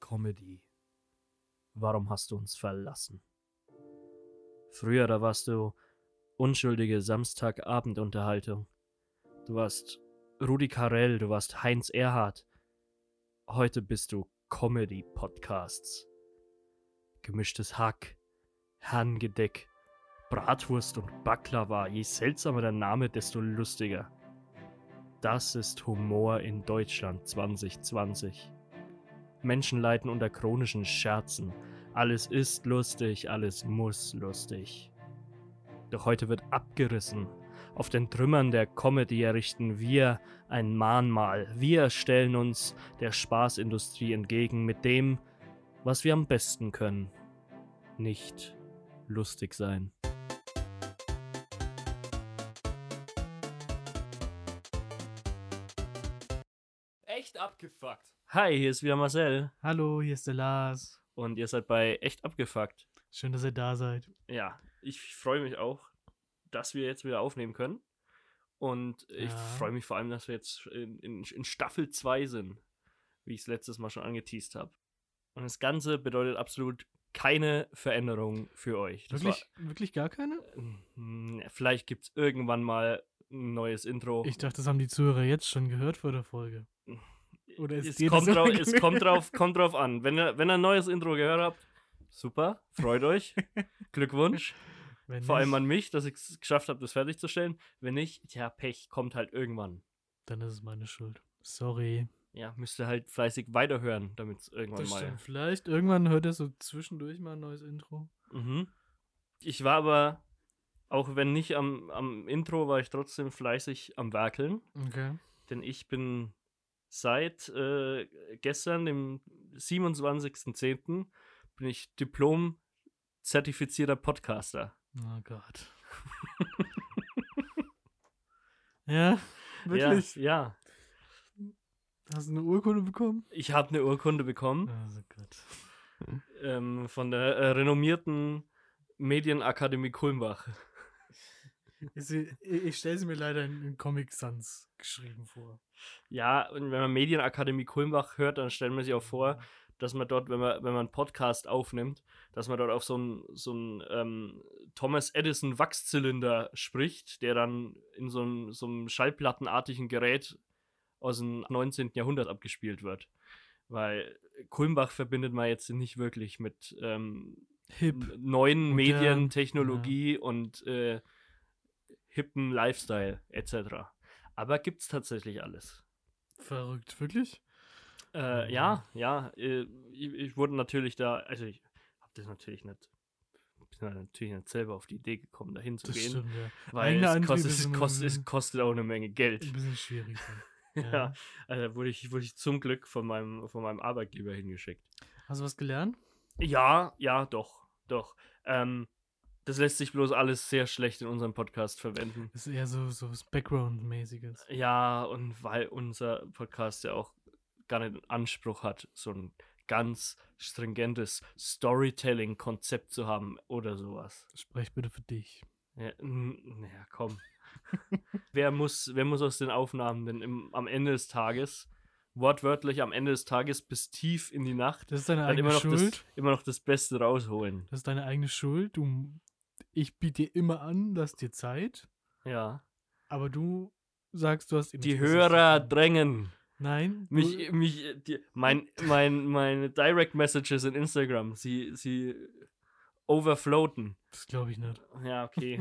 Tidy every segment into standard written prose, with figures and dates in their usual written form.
Comedy. Warum hast du uns verlassen? Früher, da warst du unschuldige Samstagabendunterhaltung. Du warst Rudi Carrell, du warst Heinz Erhardt. Heute bist du Comedy-Podcasts. Gemischtes Hack, Herrengedeck, Bratwurst und Baklava. Je seltsamer der Name, desto lustiger. Das ist Humor in Deutschland 2020. Menschen leiden unter chronischen Scherzen. Alles ist lustig, alles muss lustig. Doch heute wird abgerissen. Auf den Trümmern der Comedy errichten wir ein Mahnmal. Wir stellen uns der Spaßindustrie entgegen mit dem, was wir am besten können. Nicht lustig sein. Echt abgefuckt. Hi, hier ist wieder Marcel. Hallo, hier ist der Lars. Und ihr seid bei Echt abgefuckt. Schön, dass ihr da seid. Ja, ich freue mich auch, dass wir jetzt wieder aufnehmen können. Und ich freue mich vor allem, dass wir jetzt in Staffel 2 sind, wie ich es letztes Mal schon angeteast habe. Und das Ganze bedeutet absolut keine Veränderung für euch. Wirklich gar keine? Vielleicht gibt es irgendwann mal ein neues Intro. Ich dachte, das haben die Zuhörer jetzt schon gehört vor der Folge. Oder ist es kommt drauf an. Wenn ihr ein neues Intro gehört habt, super, freut euch. Glückwunsch. Vor allem an mich, dass ich es geschafft habe, das fertigzustellen. Wenn nicht, tja, Pech kommt halt irgendwann. Dann ist es meine Schuld. Sorry. Ja, müsst ihr halt fleißig weiterhören, damit es irgendwann Das mal... stimmt. Vielleicht irgendwann hört ihr so zwischendurch mal ein neues Intro. Mhm. Ich war aber, auch wenn nicht am Intro, war ich trotzdem fleißig am Werkeln. Okay. Denn ich bin seit gestern, dem 27.10., bin ich Diplom-zertifizierter Podcaster. Oh Gott. Ja, wirklich? Ja. Hast du eine Urkunde bekommen? Ich habe eine Urkunde bekommen. Oh Gott. Von der renommierten Medienakademie Kulmbach. Ich stelle sie mir leider in Comic Sans geschrieben vor. Ja, und wenn man Medienakademie Kulmbach hört, dann stellt man sich auch vor, dass man dort, wenn man einen Podcast aufnimmt, dass man dort auf so einen Thomas Edison Wachszylinder spricht, der dann in so einem schallplattenartigen Gerät aus dem 19. Jahrhundert abgespielt wird. Weil Kulmbach verbindet man jetzt nicht wirklich mit neuen Medien, Technologie und hippen Lifestyle etc. Aber gibt's tatsächlich alles. Verrückt, wirklich? Ja, ich wurde natürlich da, also ich habe das natürlich nicht, bin natürlich nicht selber auf die Idee gekommen, da hinzugehen. Das stimmt, ja. Weil es kostet auch eine Menge Geld. Ein bisschen schwierig. Ja, also wurde ich zum Glück von meinem Arbeitgeber hingeschickt. Hast du was gelernt? Ja, doch. Das lässt sich bloß alles sehr schlecht in unserem Podcast verwenden. Das ist eher so was Background-mäßiges. Ja, und weil unser Podcast ja auch gar nicht den Anspruch hat, so ein ganz stringentes Storytelling-Konzept zu haben oder sowas. Sprech bitte für dich. Ja, komm. Wer muss aus den Aufnahmen denn am Ende des Tages, wortwörtlich am Ende des Tages bis tief in die Nacht, das ist deine eigene Schuld. Immer noch das Beste rausholen? Das ist deine eigene Schuld. Ich biete dir immer an, dass dir Zeit. Ja. Aber du sagst, du hast immer die Hörer drängen. Nein. Meine Direct Messages in Instagram, sie overfloaten. Das glaube ich nicht. Ja, okay.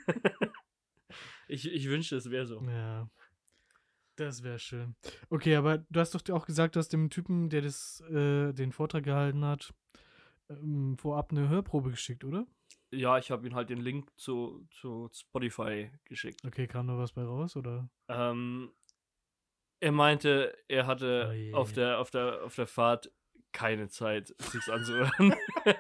Ich wünschte, es wäre so. Ja. Das wäre schön. Okay, aber du hast doch auch gesagt, du hast dem Typen, der den Vortrag gehalten hat, vorab eine Hörprobe geschickt, oder? Ja, ich habe ihm halt den Link zu Spotify geschickt. Okay, kam da was bei raus, oder? Er meinte, er hatte auf der Fahrt keine Zeit, sich's anzuhören.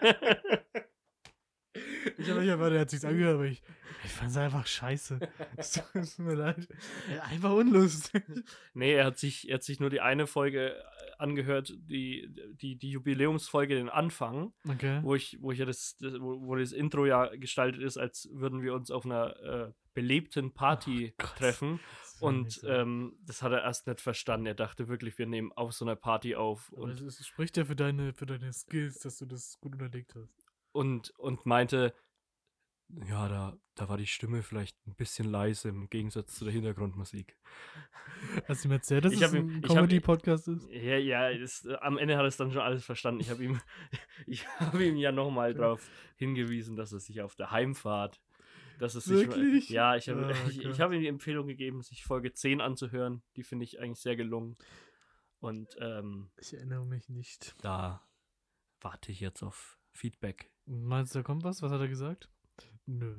Ich habe nicht erwartet, er hat sich's angehört, aber ich fand es einfach scheiße. Es tut mir leid. Einfach unlustig. Nee, er hat sich nur die eine Folge angehört, die Jubiläumsfolge, den Anfang, okay. wo das Intro ja gestaltet ist, als würden wir uns auf einer belebten Party treffen. Und das hat er erst nicht verstanden. Er dachte wirklich, wir nehmen auf so einer Party auf. Aber es spricht ja für deine Skills, dass du das gut überlegt hast. Und meinte, ja, da war die Stimme vielleicht ein bisschen leise im Gegensatz zu der Hintergrundmusik. Hast du ihm erzählt, dass Ich es hab ihm- ein ich hab- Comedy-Podcast ist? Ja, am Ende hat er es dann schon alles verstanden. Ich hab ihm ja nochmal drauf hingewiesen, dass er sich auf der Heimfahrt, dass es sich, Wirklich? ja, ich Oh Gott. habe ihm die Empfehlung gegeben, sich Folge 10 anzuhören. Die finde ich eigentlich sehr gelungen. Und Ich erinnere mich nicht. da warte ich jetzt auf Feedback. Meinst du, da kommt was? Was hat er gesagt? Nö.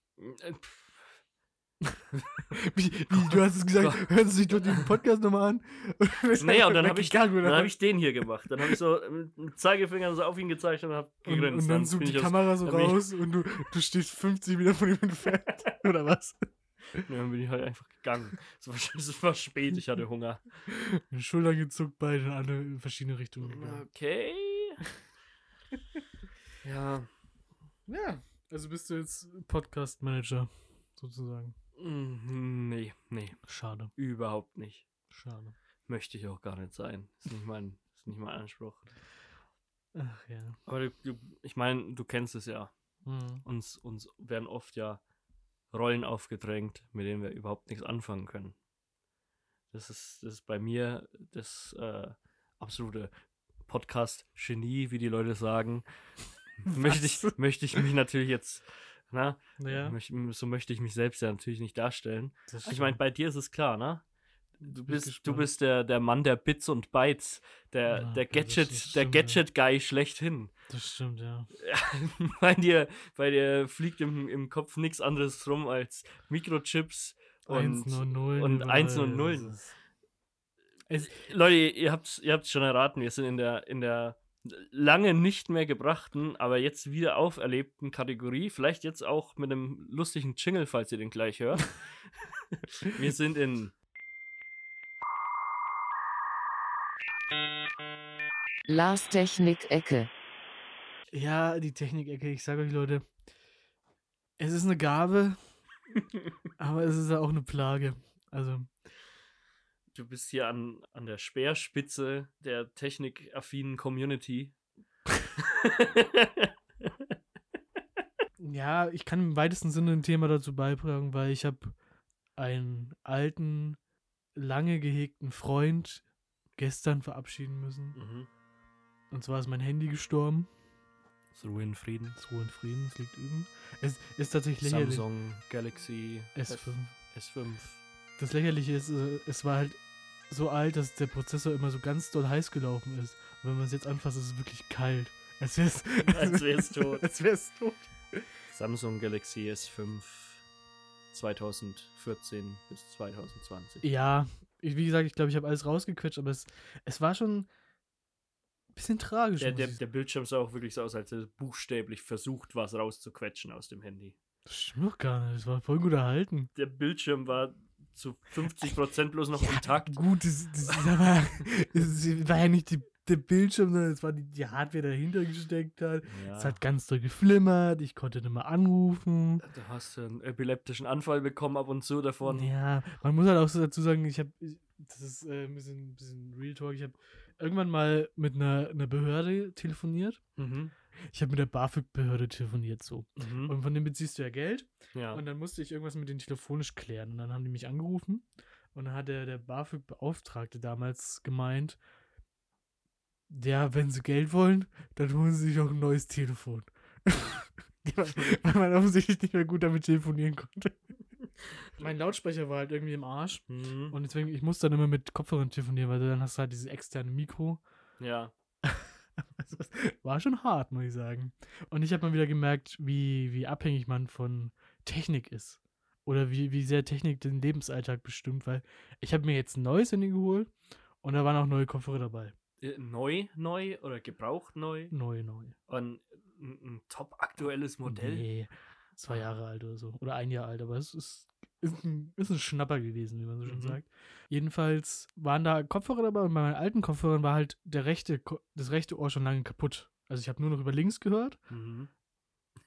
Wie, du hast es gesagt, hören Sie sich doch den Podcast nochmal an. Naja, und dann habe ich weggegangen, den hier gemacht. Dann habe ich so mit dem Zeigefinger so auf ihn gezeigt und habe gegrinst. und dann zoomt bin die ich Kamera so dann bin ich- raus und du stehst 50 Meter von ihm entfernt. Oder was? Dann bin ich halt einfach gegangen. Es war spät, ich hatte Hunger. Die Schultern gezuckt, beide in alle verschiedene Richtungen gegangen. Okay. Ja. Ja, also bist du jetzt Podcast-Manager, sozusagen. Nee, Schade, überhaupt nicht. schade. Möchte ich auch gar nicht sein. Ist nicht mein Anspruch. Ach ja. Aber ich meine, du kennst es ja. Mhm. Uns werden oft ja Rollen aufgedrängt, mit denen wir überhaupt nichts anfangen können. Das ist bei mir das absolute Podcast-Genie, wie die Leute sagen. möchte ich mich natürlich jetzt, Ja, so möchte ich mich selbst ja natürlich nicht darstellen. das Ich meine, stimmt. bei dir ist es klar, ne? Du bin bist gespannt. der Mann der Bits und Bytes, der Ja, das Gadget, stimmt, der ja. Gadget-Guy schlechthin. Das stimmt, ja. bei dir fliegt im Kopf nichts anderes rum als Mikrochips und 1 und 0. und überall. Einsen und Nullen. Leute, ihr habt's schon erraten, wir sind in der lange nicht mehr gebrachten, aber jetzt wieder auferlebten Kategorie. Vielleicht jetzt auch mit einem lustigen Jingle, falls ihr den gleich hört. Wir sind in Lars Technik-Ecke. Ja, die Technik-Ecke, ich sage euch, Leute, es ist eine Gabe, aber es ist ja auch eine Plage. Also, Du bist hier an der Speerspitze der technikaffinen Community. ja, ich kann im weitesten Sinne ein Thema dazu beitragen, weil ich habe einen alten, lange gehegten Freund gestern verabschieden müssen. Und zwar ist mein Handy gestorben. So Ruhe in Frieden. Das Ruhe in Frieden, es liegt üben. Es ist tatsächlich lächerlich. Samsung Galaxy S5. S5. Das Lächerliche ist, es war halt so alt, dass der Prozessor immer so ganz doll heiß gelaufen ist. Und wenn man es jetzt anfasst, ist es wirklich kalt. Als wär's tot. Als wär's tot. Samsung Galaxy S5 2014 bis 2020. Ja, wie gesagt, ich glaube, ich habe alles rausgequetscht, aber es war schon ein bisschen tragisch. muss ich Der Bildschirm sah auch wirklich so aus, als hätte er buchstäblich versucht, was rauszuquetschen aus dem Handy. Das stimmt doch gar nicht. Das war voll gut erhalten. Der Bildschirm war zu 50% bloß noch intakt. Gut, das war ja nicht der Bildschirm, sondern es war die Hardware, die dahinter gesteckt hat. Es hat ganz doll geflimmert. Ich konnte nicht mehr anrufen. Du hast einen epileptischen Anfall bekommen ab und zu davon. Ja, man muss halt auch so dazu sagen, das ist ein bisschen Real Talk. Ich habe irgendwann mal mit einer Behörde telefoniert. Mhm. Ich habe mit der BAföG-Behörde telefoniert so. Mhm. Und von dem beziehst du ja Geld. Ja. Und dann musste ich irgendwas mit denen telefonisch klären. Und dann haben die mich angerufen. Und dann hat der BAföG-Beauftragte damals gemeint, ja, wenn sie Geld wollen, dann holen sie sich auch ein neues Telefon. Weil man offensichtlich nicht mehr gut damit telefonieren konnte. Mein Lautsprecher war halt irgendwie im Arsch. Mhm. Und deswegen, ich musste dann immer mit Kopfhörern telefonieren, weil dann hast du halt dieses externe Mikro. Ja. Also, das war schon hart, muss ich sagen. Und ich habe mal wieder gemerkt, wie abhängig man von Technik ist. Oder wie sehr Technik den Lebensalltag bestimmt, weil ich habe mir jetzt ein neues Handy geholt und da waren auch neue Kopfhörer dabei. Neu oder gebraucht neu? Neu. Und ein top aktuelles Modell? Nee, 2 Jahre alt oder so. Oder 1 Jahr alt, aber es ist ein Schnapper gewesen, wie man so schön sagt. Jedenfalls waren da Kopfhörer dabei und bei meinen alten Kopfhörern war halt das rechte Ohr schon lange kaputt. Also ich habe nur noch über links gehört. Mhm.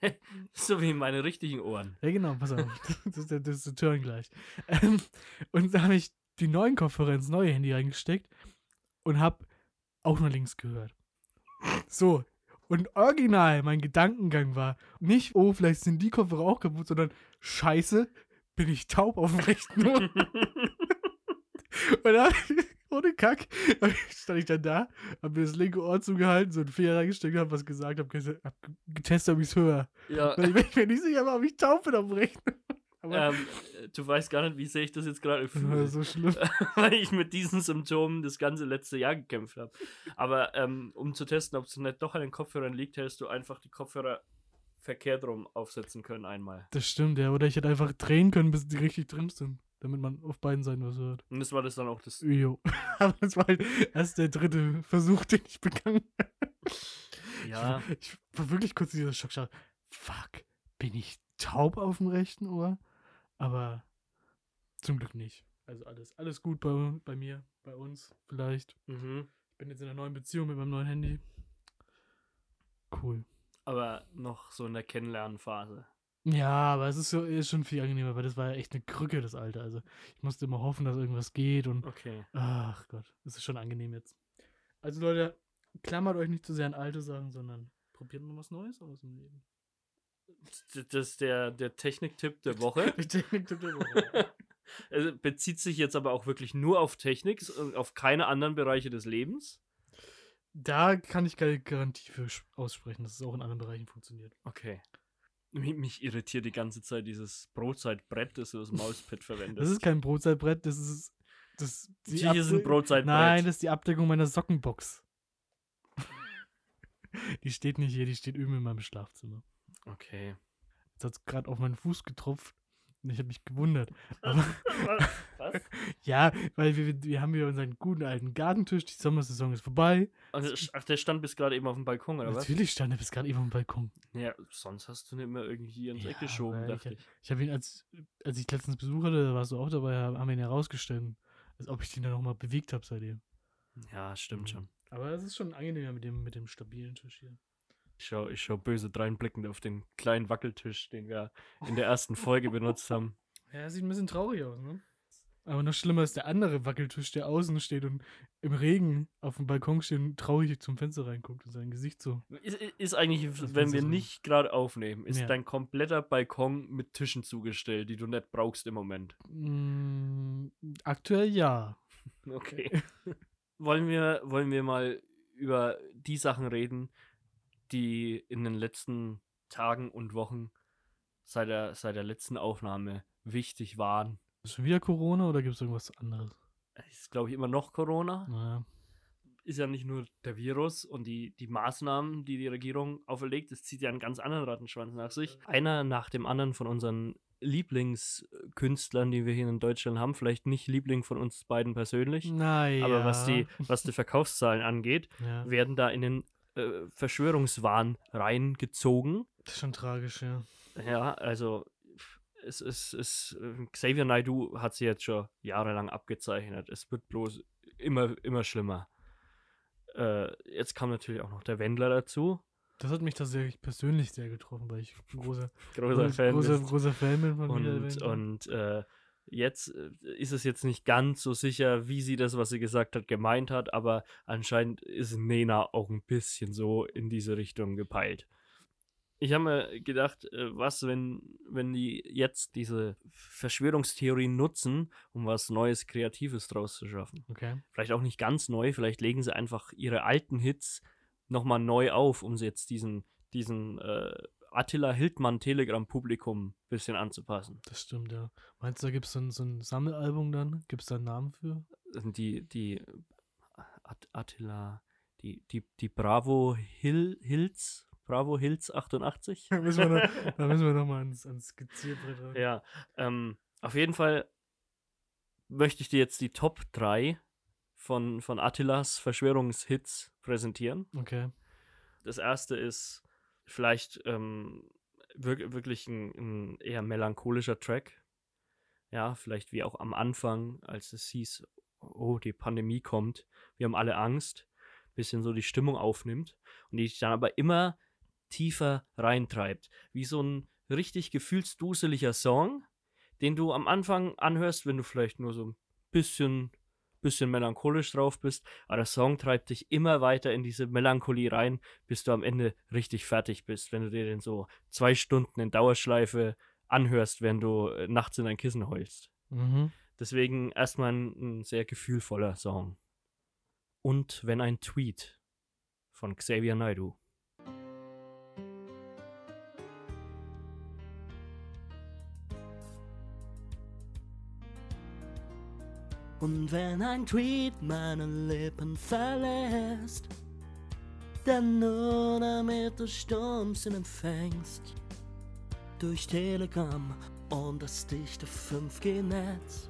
So wie meine richtigen Ohren. Ja, genau, pass auf. Das ist der Turn gleich. Und da habe ich die neuen Kopfhörer ins neue Handy reingesteckt und habe auch nur links gehört. So. Und original, mein Gedankengang war nicht, oh, vielleicht sind die Kopfhörer auch kaputt, sondern scheiße, bin ich taub auf dem rechten Ohr. Und dann, ohne Kack, stand ich dann da, hab mir das linke Ohr zugehalten, so einen Finger reingesteckt, hab was gesagt, hab getestet, ob ich's höre. Ja. Weil ich mir nicht sicher war, ob ich taub bin auf dem rechten. Aber Du weißt gar nicht, wie sehr ich das jetzt gerade das war fühle. so schlimm. Weil ich mit diesen Symptomen das ganze letzte Jahr gekämpft habe. Aber um zu testen, ob es nicht doch an den Kopfhörern liegt, hättest du einfach die Kopfhörer verkehrt rum aufsetzen können einmal. Das stimmt, ja. Oder ich hätte einfach drehen können, bis die richtig drin sind. Damit man auf beiden Seiten was hört. Und das war das dann auch das. Jo. Aber das war halt erst der dritte Versuch, den ich begangen habe. Ja. Ich war wirklich kurz in dieser Schockstarre. Fuck, bin ich taub auf dem rechten Ohr? Aber zum Glück nicht. Also alles gut bei mir, bei uns vielleicht. Mhm. Ich bin jetzt in einer neuen Beziehung mit meinem neuen Handy. Cool. Aber noch so in der Kennenlernphase. Ja, aber es ist schon viel angenehmer, weil das war ja echt eine Krücke, das Alte. Also ich musste immer hoffen, dass irgendwas geht und Okay. ach Gott, es ist schon angenehm jetzt. Also Leute, klammert euch nicht zu sehr an alte Sachen, sondern probiert mal was Neues aus im Leben. Das ist der Techniktipp der Woche. Die Technik-Tipp der Woche. Also bezieht sich jetzt aber auch wirklich nur auf Technik und auf keine anderen Bereiche des Lebens. Da kann ich keine Garantie für aussprechen, dass es auch in anderen Bereichen funktioniert. Okay. Mich irritiert die ganze Zeit dieses Brotzeitbrett, das du das Mauspad verwendest. Das ist kein Brotzeitbrett, das ist Hier ist ein Brotzeitbrett. Nein, das ist die Abdeckung meiner Sockenbox. Die steht nicht hier, die steht üben in meinem Schlafzimmer. Okay. Jetzt hat es gerade auf meinen Fuß getropft und ich habe mich gewundert. Aber Was? ja, weil wir haben hier unseren guten alten Gartentisch, die Sommersaison ist vorbei. Ach, der stand bis gerade eben auf dem Balkon, oder was? Natürlich stand er bis gerade eben auf dem Balkon. Ja, sonst hast du nicht mehr irgendwie ins Eck Ja, geschoben, aber dachte ich. Ich habe ihn, als ich letztens Besuch hatte, da warst du auch dabei, haben wir ihn herausgestellt. Als ob ich den dann nochmal bewegt habe seitdem. Ja, stimmt schon. Aber es ist schon angenehmer mit dem stabilen Tisch hier. Ich schau böse dreinblickend auf den kleinen Wackeltisch, den wir in der ersten Folge benutzt haben. Ja, sieht ein bisschen traurig aus, ne? Aber noch schlimmer ist der andere Wackeltisch, der außen steht und im Regen auf dem Balkon steht und traurig zum Fenster reinguckt und sein Gesicht so. Ist eigentlich, Das wenn ist wir so. nicht gerade aufnehmen, ist Ja. dein kompletter Balkon mit Tischen zugestellt, die du nicht brauchst im Moment. Aktuell ja. Okay. Wollen wir mal über die Sachen reden, die in den letzten Tagen und Wochen seit der letzten Aufnahme wichtig waren? Ist schon wieder Corona oder gibt es irgendwas anderes? Ist, glaube ich, immer noch Corona. Naja. Ist ja nicht nur der Virus und die Maßnahmen, die die Regierung auferlegt, es zieht ja einen ganz anderen Rattenschwanz nach sich. Einer nach dem anderen von unseren Lieblingskünstlern, die wir hier in Deutschland haben, vielleicht nicht Liebling von uns beiden persönlich, Naja. aber was die Verkaufszahlen angeht, Ja. werden da in den Verschwörungswahn reingezogen. Das ist schon tragisch, ja. Ja, also Xavier Naidoo hat sie jetzt schon jahrelang abgezeichnet. Es wird bloß immer schlimmer. Jetzt kam natürlich auch noch der Wendler dazu. Das hat mich tatsächlich persönlich sehr getroffen, weil ich ein großer Großer Fan Fan bin von und jetzt ist es jetzt nicht ganz so sicher, wie sie das, was sie gesagt hat, gemeint hat, aber anscheinend ist Nena auch ein bisschen so in diese Richtung gepeilt. Ich habe mir gedacht, was, wenn die jetzt diese Verschwörungstheorien nutzen, um was Neues, Kreatives draus zu schaffen. Okay. Vielleicht auch nicht ganz neu, vielleicht legen sie einfach ihre alten Hits nochmal neu auf, um sie jetzt diesen Attila Hildmann Telegram-Publikum ein bisschen anzupassen. Das stimmt, ja. Meinst du, da gibt es so ein Sammelalbum dann? Gibt es da einen Namen für? Die Attila, die Bravo Hills 88. Da müssen wir noch mal ans Skizzierbrett ran. Ja, auf jeden Fall möchte ich dir jetzt die Top 3 von Attilas Verschwörungshits präsentieren. Okay. Das erste ist vielleicht wirklich ein eher melancholischer Track. Ja, vielleicht wie auch am Anfang, als es hieß, oh, die Pandemie kommt, wir haben alle Angst, bisschen so die Stimmung aufnimmt und die dann aber immer tiefer reintreibt. Wie so ein richtig gefühlsduseliger Song, den du am Anfang anhörst, wenn du vielleicht nur so ein bisschen melancholisch drauf bist, aber der Song treibt dich immer weiter in diese Melancholie rein, bis du am Ende richtig fertig bist, wenn du dir den so 2 Stunden in Dauerschleife anhörst, wenn du nachts in dein Kissen heulst. Mhm. Deswegen erstmal ein sehr gefühlvoller Song. Und wenn ein Tweet von Xavier Naidoo. Und wenn ein Tweet meine Lippen verlässt, dann nur damit du Stummsinn empfängst. Durch Telegram und das dichte 5G-Netz,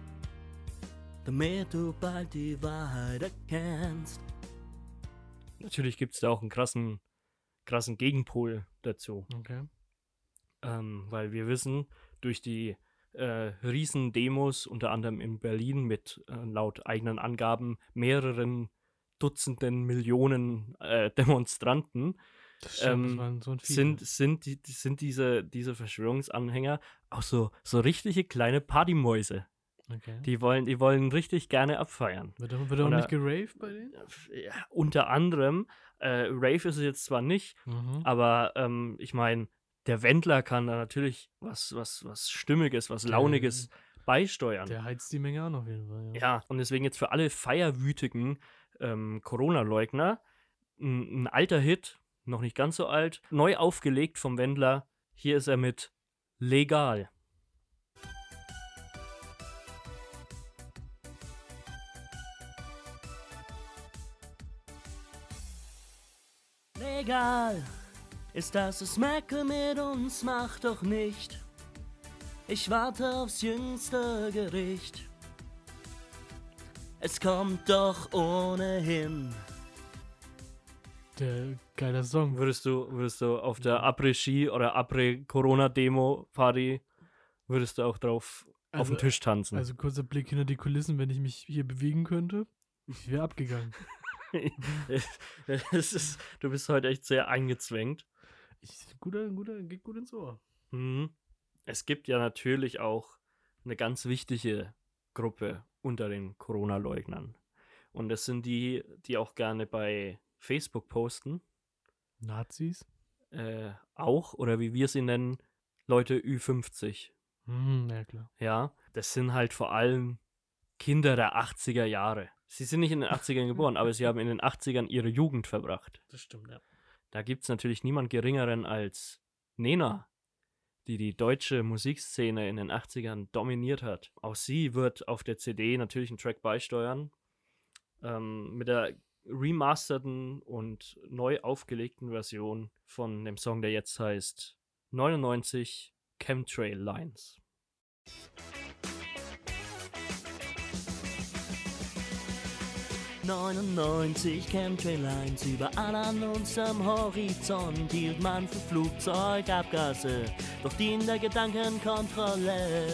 damit du bald die Wahrheit erkennst. Natürlich gibt es da auch einen krassen Gegenpol dazu. Okay. Weil wir wissen, durch die Riesendemos, unter anderem in Berlin mit laut eigenen Angaben mehreren Dutzenden Millionen Demonstranten, Das stimmt, das waren so ein viele. sind diese Verschwörungsanhänger auch so richtige kleine Partymäuse. Okay. Die wollen richtig gerne abfeiern. Wird auch Oder- nicht geraved bei denen? Ja, unter anderem, Rave ist es jetzt zwar nicht, Mhm. aber ich meine, der Wendler kann da natürlich was Stimmiges, was Launiges beisteuern. Der heizt die Menge an auf jeden Fall. Ja. Ja, und deswegen jetzt für alle feierwütigen Corona-Leugner ein alter Hit, noch nicht ganz so alt, neu aufgelegt vom Wendler. Hier ist er mit Legal. Legal ist das Smacke mit uns, macht doch nicht. Ich warte aufs jüngste Gericht. Es kommt doch ohnehin. Der geiler Song. Würdest du auf der Après-Ski oder Après-Corona-Demo-Party, würdest du auch drauf auf den Tisch tanzen? Also kurzer Blick hinter die Kulissen, wenn ich mich hier bewegen könnte. Ich wäre abgegangen. Du bist heute echt sehr eingezwängt. Geht gut ins Ohr. Mhm. Es gibt ja natürlich auch eine ganz wichtige Gruppe unter den Corona-Leugnern. Und das sind die auch gerne bei Facebook posten. Nazis? Auch, oder wie wir sie nennen, Leute Ü50. Ja, klar. Ja, das sind halt vor allem Kinder der 80er Jahre. Sie sind nicht in den 80ern geboren, aber sie haben in den 80ern ihre Jugend verbracht. Das stimmt, ja. Da gibt es natürlich niemand Geringeren als Nena, die deutsche Musikszene in den 80ern dominiert hat. Auch sie wird auf der CD natürlich einen Track beisteuern. Mit der remasterten und neu aufgelegten Version von dem Song, der jetzt heißt 99 Chemtrail Lines. »99 Chemtrail-Lines überall an unserem Horizont hielt man für Flugzeugabgase, doch dient der Gedankenkontrolle.«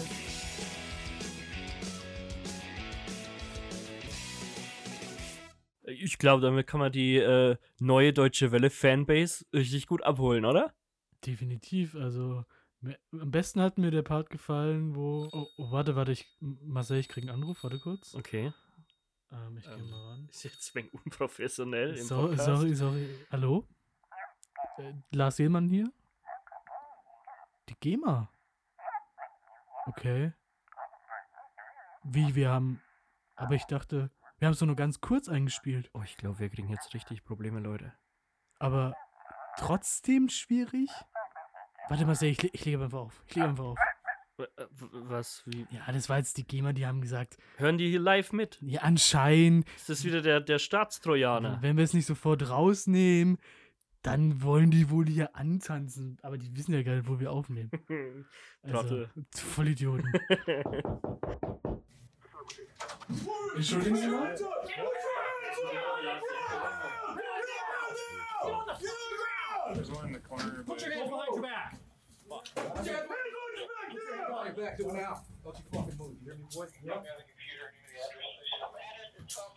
Ich glaube, damit kann man die neue Deutsche Welle-Fanbase richtig gut abholen, oder? Definitiv. Also, am besten hat mir der Part gefallen, wo. Oh, warte, Marcel, ich krieg einen Anruf, warte kurz. Okay. Ich gehe mal ran. Ist jetzt ein wenig unprofessionell im Sorry, Podcast. sorry. Hallo? Lars Seelmann hier? Die GEMA? Okay. Wie, wir haben. Aber ich dachte, wir haben es doch nur ganz kurz eingespielt. Oh, ich glaube, wir kriegen jetzt richtig Probleme, Leute. Aber trotzdem schwierig? Warte mal, ich lege einfach auf. Was? Wie? Ja, das war jetzt die GEMA, die haben gesagt, Hören die hier live mit? ja, anscheinend, Ist das wieder der Staatstrojaner? wenn wir es nicht sofort rausnehmen, dann wollen die wohl hier antanzen. Aber die wissen ja gar nicht, wo wir aufnehmen. Trottel. Vollidioten. Entschuldigen Sie mal? There's one in the corner. Put your hands behind your back. Put your hands behind your back. Do it now. Don't you fucking move. You hear me, boy? Yep.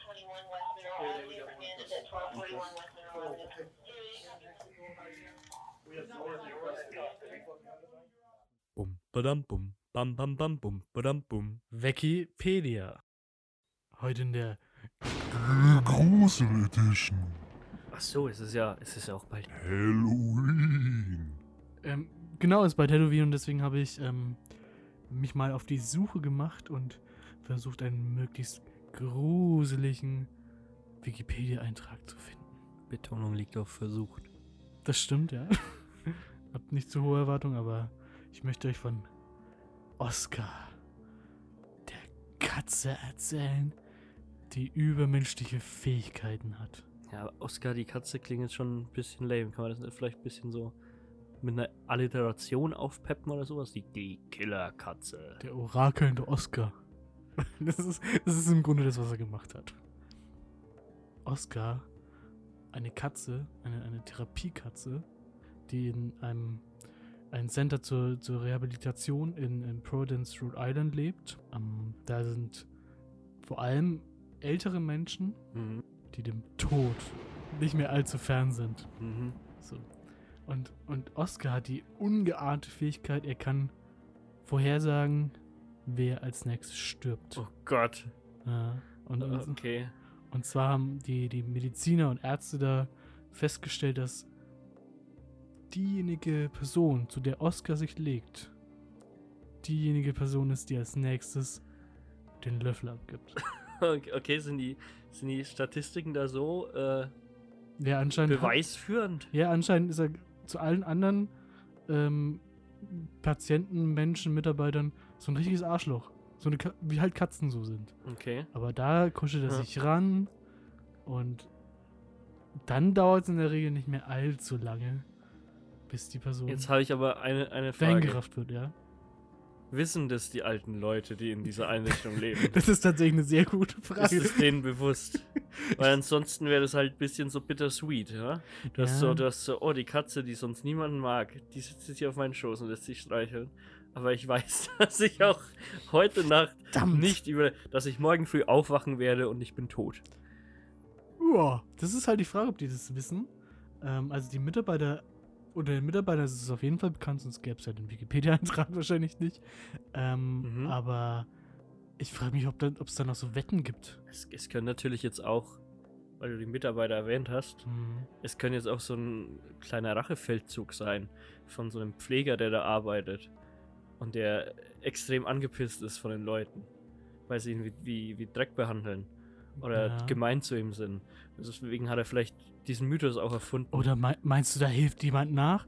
At 12:41 West Monroe. Bum, badam, bum, bam, bam, bam, bum, badam, bum. Wikipedia. Heute in der Grusel Edition. Ach so, es ist ja auch bald. Halloween. genau, ist bei Halloween und deswegen habe ich mich mal auf die Suche gemacht und versucht, einen möglichst gruseligen Wikipedia-Eintrag zu finden. Betonung liegt auf versucht. Das stimmt, ja. Habt nicht zu hohe Erwartungen, aber ich möchte euch von Oscar, der Katze, erzählen, die übermenschliche Fähigkeiten hat. Ja, Oscar die Katze klingt jetzt schon ein bisschen lame. Kann man das nicht vielleicht ein bisschen so mit einer Alliteration aufpeppen oder sowas? Die Killerkatze. Der orakelnde Oscar. Das ist im Grunde das, was er gemacht hat. Oscar, eine Katze, eine Therapiekatze, die in ein Center zur Rehabilitation in Providence, Rhode Island lebt. Da sind vor allem ältere Menschen, Mhm. die dem Tod nicht mehr allzu fern sind. Mhm. So. Und Oscar hat die ungeahnte Fähigkeit, er kann vorhersagen, wer als nächstes stirbt. Oh Gott. Ja. Okay. Und zwar haben die Mediziner und Ärzte da festgestellt, dass diejenige Person, zu der Oscar sich legt, diejenige Person ist, die als nächstes den Löffel abgibt. Okay, sind die Statistiken da so Ja, anscheinend. beweisführend? Ja, anscheinend ist er zu allen anderen Patienten, Menschen, Mitarbeitern so ein richtiges Arschloch. So eine wie halt Katzen so sind. Okay. Aber da kuschelt er Ja. sich ran und dann dauert es in der Regel nicht mehr allzu lange, bis die Person Jetzt habe ich aber eine Frage. reingerafft wird, ja. Wissen das die alten Leute, die in dieser Einrichtung leben? Das ist tatsächlich eine sehr gute Ist Frage. es denen bewusst? Weil ansonsten wäre das halt ein bisschen so bittersweet, ja? Du hast so, oh, die Katze, die sonst niemanden mag, die sitzt jetzt hier auf meinen Schoß und lässt sich streicheln. Aber ich weiß, dass ich auch heute Nacht Verdammt. dass ich morgen früh aufwachen werde und ich bin tot. Ja, das ist halt die Frage, ob die das wissen. Also die Mitarbeiter, unter den Mitarbeitern ist es auf jeden Fall bekannt, sonst gäbe es ja den Wikipedia-Eintrag wahrscheinlich nicht. Aber ich frage mich, ob es da noch so Wetten gibt. Es können natürlich jetzt auch, weil du die Mitarbeiter erwähnt hast, es könnte jetzt auch so ein kleiner Rachefeldzug sein von so einem Pfleger, der da arbeitet und der extrem angepisst ist von den Leuten, weil sie ihn wie Dreck behandeln oder Ja. gemein zu ihm sind. Deswegen hat er vielleicht diesen Mythos auch erfunden. Oder meinst du, da hilft jemand nach?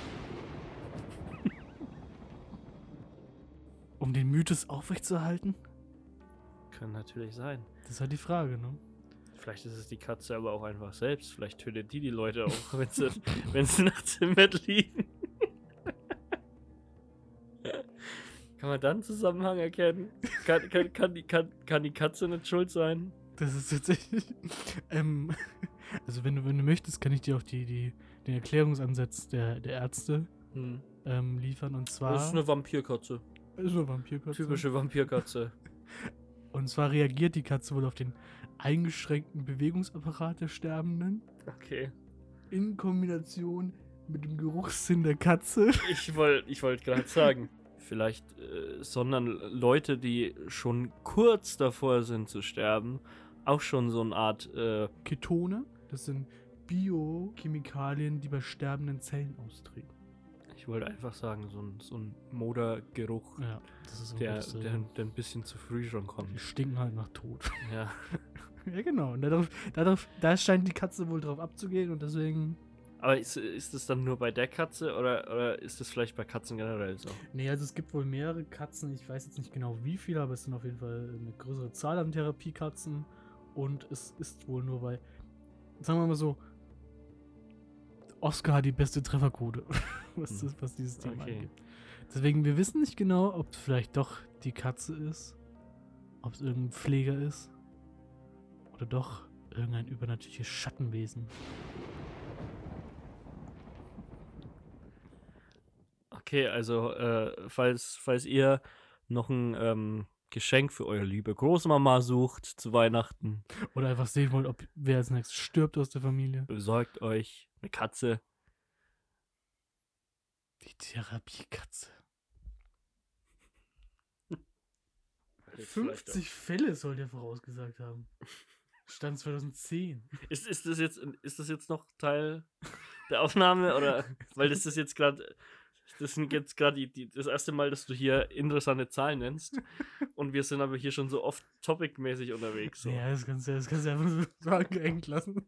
Um den Mythos aufrechtzuerhalten? Kann natürlich sein. Das ist halt die Frage, ne? Vielleicht ist es die Katze aber auch einfach selbst. Vielleicht tötet die Leute auch, wenn sie nachts im Bett liegen. Kann man dann einen Zusammenhang erkennen? Kann die Katze nicht schuld sein? Das ist tatsächlich. Also wenn du möchtest, kann ich dir auch den Erklärungsansatz der Ärzte liefern. Und zwar. Das ist eine Vampirkatze. Ist eine Vampirkatze. Typische Vampirkatze. Und zwar reagiert die Katze wohl auf den eingeschränkten Bewegungsapparat der Sterbenden Okay. in Kombination mit dem Geruchssinn der Katze. Ich wollte gerade sagen, vielleicht sondern Leute, die schon kurz davor sind zu sterben, auch schon so eine Art Ketone, das sind Biochemikalien, die bei sterbenden Zellen austreten. ich wollte einfach sagen, so ein Modergeruch, Ja, das ist der ungefähr. ein bisschen zu früh schon Die kommt. stinken halt nach Tod. Ja. Ja, genau. Und da scheint die Katze wohl drauf abzugehen und deswegen. Aber ist das dann nur bei der Katze oder ist das vielleicht bei Katzen generell so? Nee, also es gibt wohl mehrere Katzen. Ich weiß jetzt nicht genau wie viele, aber es sind auf jeden Fall eine größere Zahl an Therapiekatzen. Und es ist wohl nur bei, sagen wir mal so, Oscar hat die beste Trefferquote, was dieses Thema Okay. angeht. Deswegen, wir wissen nicht genau, ob es vielleicht doch die Katze ist, ob es irgendein Pfleger ist oder doch irgendein übernatürliches Schattenwesen. Okay, also falls ihr noch ein Geschenk für eure liebe Großmama sucht zu Weihnachten, Oder einfach sehen wollt, wer als nächstes stirbt aus der Familie. besorgt euch eine Katze. Die Therapiekatze. Vielleicht 50 Fälle soll der vorausgesagt haben. Stand 2010. Ist das jetzt noch Teil der Aufnahme oder weil das ist jetzt gerade das sind jetzt gerade das erste Mal, dass du hier interessante Zahlen nennst und wir sind aber hier schon so oft topic-mäßig unterwegs. So. Ja, das kannst du einfach so angehängt lassen.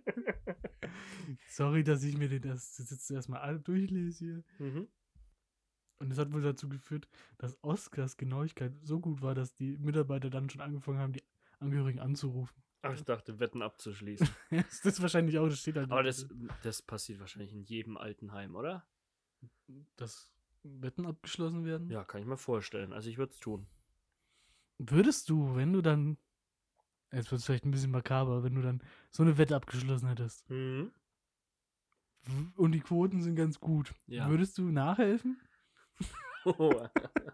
Sorry, dass ich mir das jetzt erstmal alle durchlese hier. Mhm. Und das hat wohl dazu geführt, dass Oscars Genauigkeit so gut war, dass die Mitarbeiter dann schon angefangen haben, die Angehörigen anzurufen. Ach, ich dachte, Wetten abzuschließen. Das ist wahrscheinlich auch, das steht halt. Aber das passiert wahrscheinlich in jedem Altenheim, oder? Dass Wetten abgeschlossen werden? Ja, kann ich mir vorstellen. Also ich würde es tun. Würdest du, wenn du dann, jetzt wird es vielleicht ein bisschen makaber, wenn du dann so eine Wette abgeschlossen hättest Mhm. und die Quoten sind ganz gut, Ja. würdest du nachhelfen? Oh.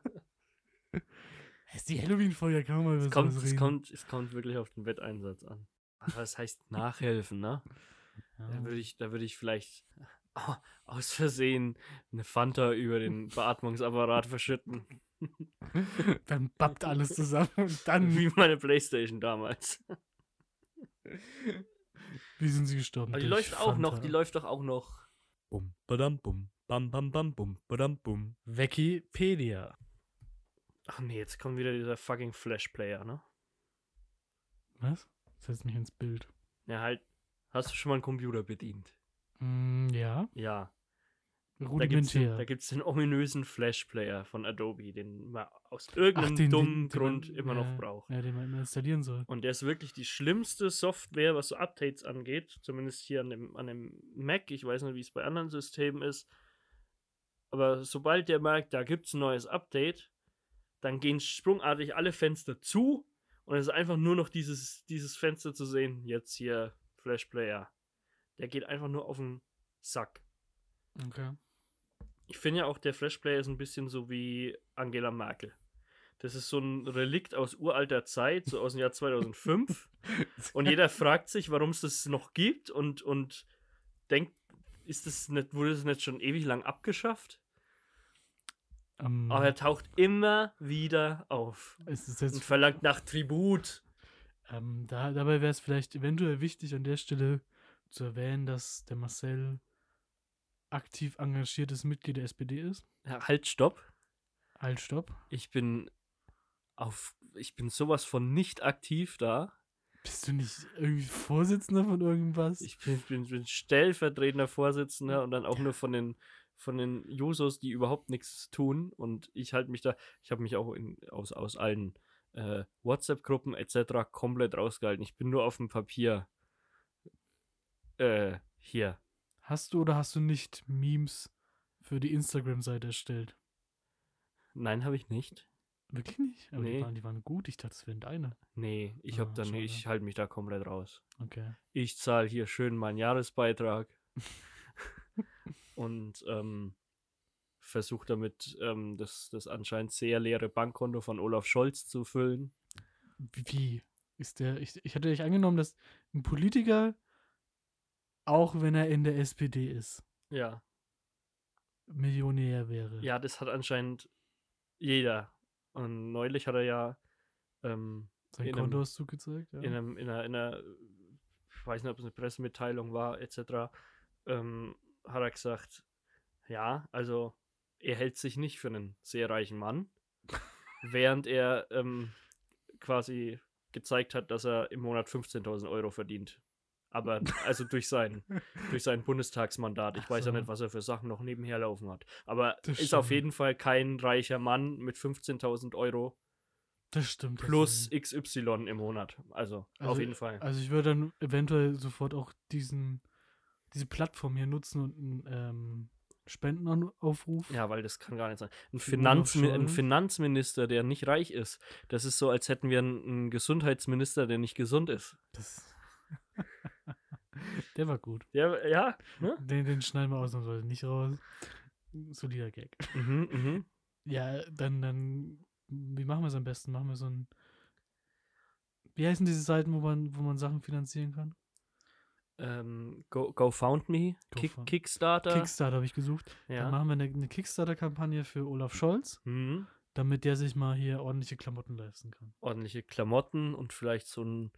Das ist die Halloween-Folge, kann man mal über sowas reden. Es kommt wirklich auf den Wetteinsatz an. Aber das heißt nachhelfen, ne? Ja. Da würde ich vielleicht aus Versehen eine Fanta über den Beatmungsapparat verschütten. Dann babbt alles zusammen und dann, Wie meine Playstation damals. wie sind sie gestorben? Aber die Durch läuft auch noch, Fanta. die läuft doch auch noch. Bum, badam, bum, bam, bam, bam, bum, badam, bum. Wikipedia. Ach nee, jetzt kommt wieder dieser fucking Flash-Player, ne? Was? Setz mich ins Bild. Ja, halt. Hast du schon mal einen Computer bedient? Ja, Ja. rudimentär. Da gibt's den ominösen Flash-Player von Adobe, den man aus irgendeinem dummen Grund immer noch braucht. Ja, den man immer installieren soll. Und der ist wirklich die schlimmste Software, was so Updates angeht. Zumindest hier an dem Mac. Ich weiß nicht, wie es bei anderen Systemen ist. Aber sobald der merkt, da gibt es ein neues Update, dann gehen sprungartig alle Fenster zu. Und es ist einfach nur noch dieses Fenster zu sehen. Jetzt hier Flash Player. Der geht einfach nur auf den Sack. Okay. Ich finde ja auch, der Flash Player ist ein bisschen so wie Angela Merkel. Das ist so ein Relikt aus uralter Zeit, so aus dem Jahr 2005. Und jeder fragt sich, warum es das noch gibt und denkt, wurde das nicht schon ewig lang abgeschafft? Aber er taucht immer wieder auf ist es und jetzt, verlangt nach Tribut. dabei wäre es vielleicht eventuell wichtig, an der Stelle zu erwähnen, dass der Marcel aktiv engagiertes Mitglied der SPD ist. Ja, halt, stopp. Halt, stopp. Ich bin sowas von nicht aktiv da. Bist du nicht irgendwie Vorsitzender von irgendwas? Ich bin stellvertretender Vorsitzender und dann auch nur von den Jusos, die überhaupt nichts tun. Und ich habe mich auch aus allen WhatsApp-Gruppen etc. komplett rausgehalten. Ich bin nur auf dem Papier hier. Hast du oder hast du nicht Memes für die Instagram-Seite erstellt? Nein, habe ich nicht. Wirklich nicht? Aber Nee. die waren gut. Ich dachte, es wären deine. Nee, ich Schade. halte mich da komplett raus. Okay. Ich zahle hier schön meinen Jahresbeitrag und versuche damit das anscheinend sehr leere Bankkonto von Olaf Scholz zu füllen. Wie? Ist der. Ich hätte dich angenommen, dass ein Politiker, auch wenn er in der SPD ist, Ja. Millionär wäre. Ja, das hat anscheinend jeder. Und neulich hat er ja Sein in Kontoauszug gezeigt, ja. in einer, ich weiß nicht, ob es eine Pressemitteilung war, etc., hat er gesagt, ja, also er hält sich nicht für einen sehr reichen Mann, während er quasi gezeigt hat, dass er im Monat 15.000 Euro verdient. Aber also durch sein Bundestagsmandat. Ich Ach weiß ja so. nicht, was er für Sachen noch nebenher laufen hat. Aber Das ist auf stimmt. jeden Fall kein reicher Mann mit 15.000 Euro Das stimmt. plus tatsächlich. XY im Monat. Also auf jeden Fall. Also ich würde dann eventuell sofort auch diese Plattform hier nutzen und einen Spendenaufruf. Ja, weil das kann gar nicht sein. Ein Für Olaf ein Scholz? Finanzminister, der nicht reich ist, das ist so, als hätten wir einen Gesundheitsminister, der nicht gesund ist. Der war gut. Ja, ne? Den schneiden wir ausnahmsweise nicht raus. Solider Gag. Mhm. Ja, dann, wie machen wir es am besten? Machen wir so ein, wie heißen diese Seiten, wo man Sachen finanzieren kann? GoFundMe, Kickstarter. Kickstarter habe ich gesucht. Ja. Dann machen wir eine Kickstarter-Kampagne für Olaf Scholz, Mhm. damit der sich mal hier ordentliche Klamotten leisten kann. Ordentliche Klamotten und vielleicht so ein